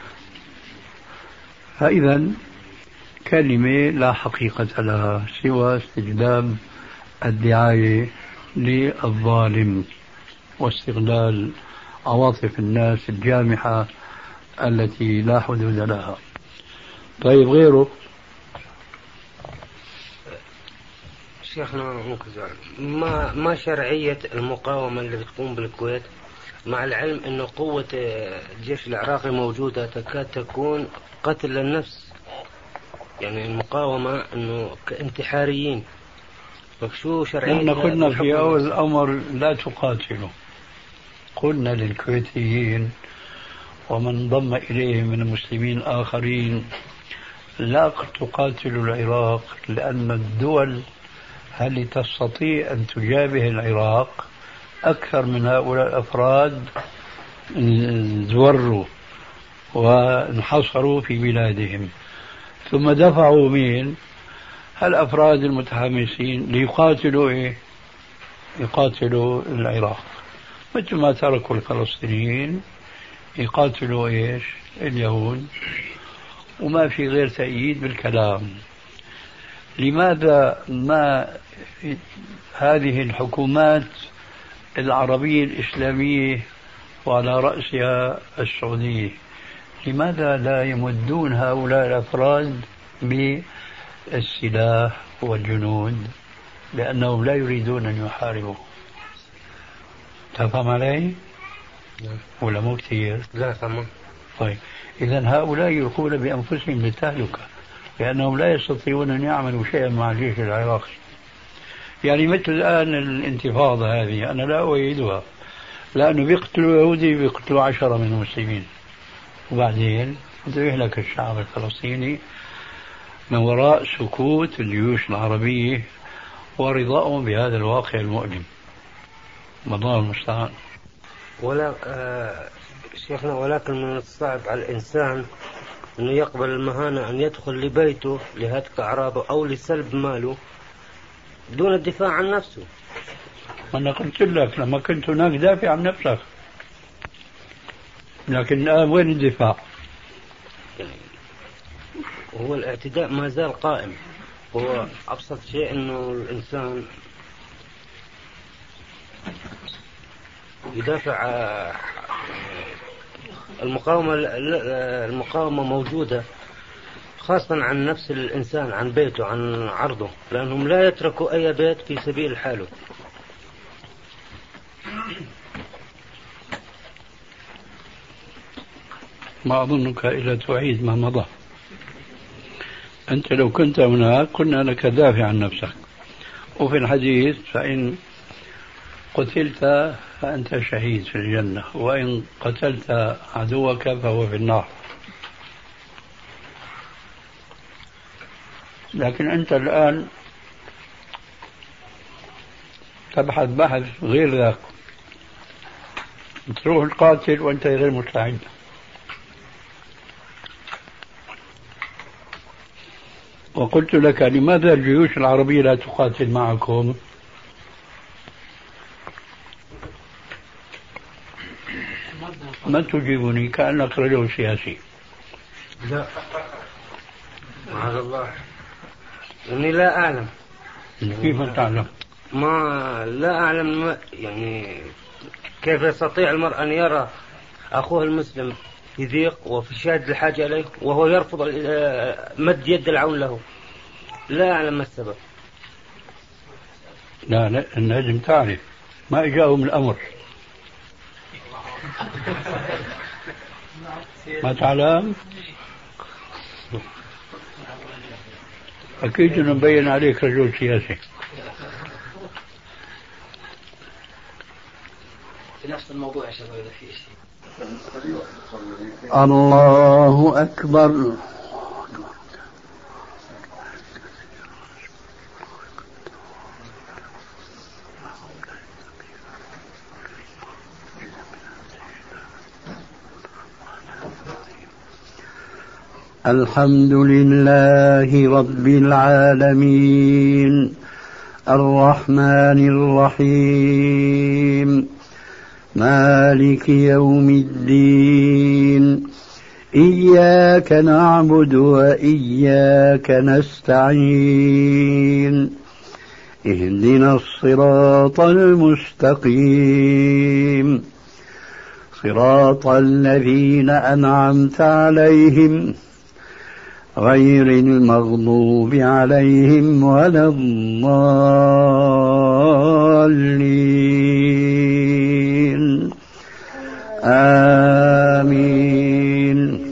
فإذا كلمة لا حقيقة لها سوى استخدام الدعاية للظالم واستغلال عواطف الناس الجامحة التي لا حدود لها. طيب غيره؟ شيخنا ما ما شرعية المقاومة اللي بتقوم بالكويت، مع العلم أنه قوة الجيش العراقي موجودة تكاد تكون قتل للنفس، يعني المقاومة أنه كانتحاريين. فشو شرعية؟ نحن قلنا في أول الأمر لا تقاتلوا، قلنا للكويتيين ومن انضم إليهم من المسلمين آخرين لا تقاتلوا العراق، لأن الدول هل تستطيع أن تجابه العراق؟ أكثر من هؤلاء الأفراد زوروا وانحصروا في بلادهم، ثم دفعوا مين؟ الأفراد المتحمسين ليقاتلوا إيه؟ يقاتلوا العراق، مثل ما تركوا الفلسطينيين يقاتلوا إيش؟ اليهود، وما في غير تأييد بالكلام. لماذا ما هذه الحكومات العربية الإسلامية وعلى رأسها السعودية لماذا لا يمدون هؤلاء الأفراد بالسلاح والجنود؟ لأنهم لا يريدون أن يحاربوا. تفهم علي؟ ولا مو كثير؟ لا تمام. طيب إذن هؤلاء يلقون بأنفسهم بالتهلكة، لأنهم لا يستطيعون أن يعملوا شيئا مع الجيش العراقي. يعني مثل الآن الانتفاضة هذه أنا لا أؤيدها، لأنه بيقتلوا يهودي بيقتلوا عشرة من المسلمين، وبعدين يهلك الشعب الفلسطيني من وراء سكوت الجيوش العربية ورضاهم بهذا الواقع المؤلم. الله المستعان. ولا آه شيخنا، ولكن من الصعب على الإنسان أنه يقبل المهانة أن يدخل لبيته لهتك أعراضه أو لسلب ماله دون الدفاع عن نفسه. أنا قلت لك لما كنت هناك دافع عن نفسك، لكن الآن وين الدفاع؟ هو الاعتداء ما زال قائم. هو أبسط شيء أنه الإنسان يدافع. المقاومة المقاومة موجودة خاصة عن نفس الإنسان، عن بيته، عن عرضه، لأنهم لا يتركوا أي بيت في سبيل حاله. ما أظنك إلا تعيد ما مضى. أنت لو كنت هناك قلنا لك دافع عن نفسك، وفي الحديث فإن قتلت فأنت شهيد في الجنة، وإن قتلت عدوك فهو في النار. لكن أنت الآن تبحث بحث غير ذاك، تروح القاتل وأنت غير مستعد. وقلت لك لماذا الجيوش العربية لا تقاتل معكم؟ ما تجيبني كأنك رجل سياسي. لا معاذ الله، إني لا أعلم. كيف تعلم؟ ما لا أعلم، يعني كيف يستطيع المرء أن يرى أخوه المسلم يضيق وفي شدة الحاجة إليه وهو يرفض مد يد العون له؟ لا أعلم ما السبب. لا لازم تعرف ما إجاهم الأمر. ما تعلم؟ أكيد أنه مبين عليك رجل سياسي. في نفس الموضوع يا شباب إذا في شيء. الله أكبر. الحمد لله رب العالمين الرحمن الرحيم مالك يوم الدين إياك نعبد وإياك نستعين اهدنا الصراط المستقيم صراط الذين أنعمت عليهم غير المغضوب عليهم ولا الضالين آمين.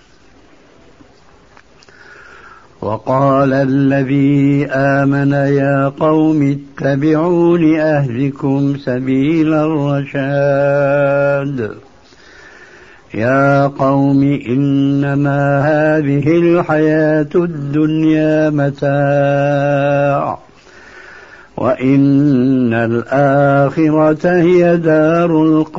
وقال الذي آمن يا قوم اتبعون أهدكم سبيل الرشاد يا قوم إنما هذه الحياة الدنيا متاع وإن الآخرة هي دار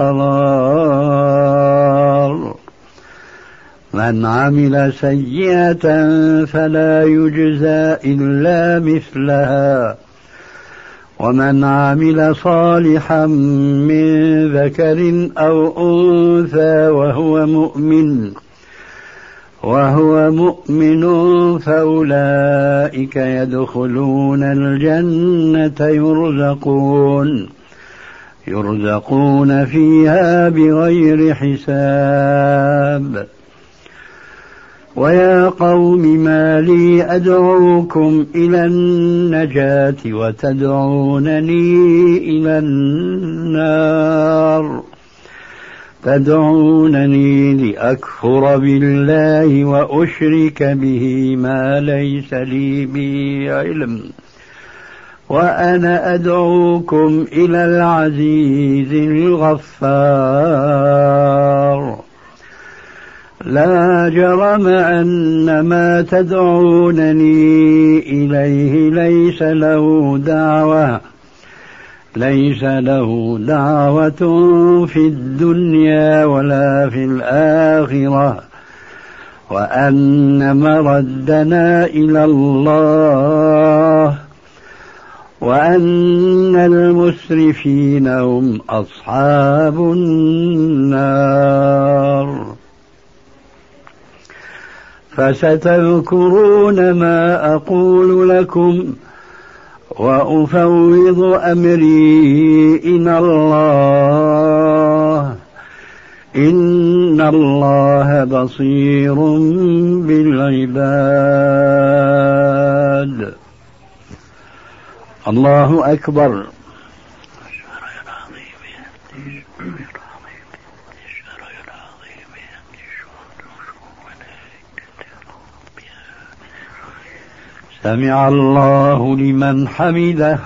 القرار من عمل سيئة فلا يجزى إلا مثلها ومن عمل صالحا من ذكر أو أنثى وهو مؤمن وهو مؤمن فأولئك يدخلون الجنة يرزقون يرزقون فيها بغير حساب. ويا قوم ما لي أدعوكم إلى النجاة وتدعونني إلى النار تدعونني لأكفر بالله وأشرك به ما ليس لي به علم وأنا أدعوكم إلى العزيز الغفار. لا جرم أن ما تدعونني إليه ليس له دعوة ليس له دعوة في الدنيا ولا في الآخرة وأن مردنا إلى الله وأن المسرفين هم أصحاب النار. فستذكرون ما أقول لكم وأفوض أمري إلى الله إن الله بصير بالعباد. الله أكبر. سمع الله لمن حمده.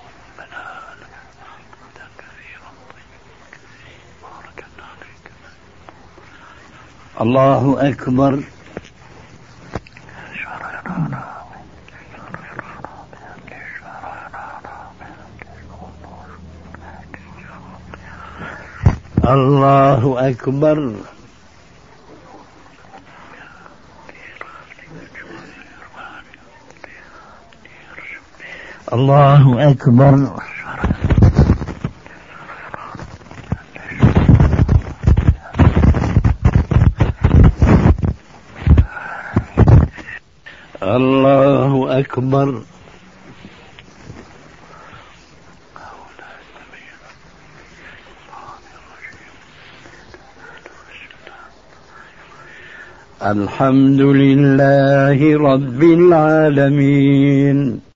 الله أكبر. الله أكبر. الله أكبر. الله أكبر. الحمد لله رب العالمين.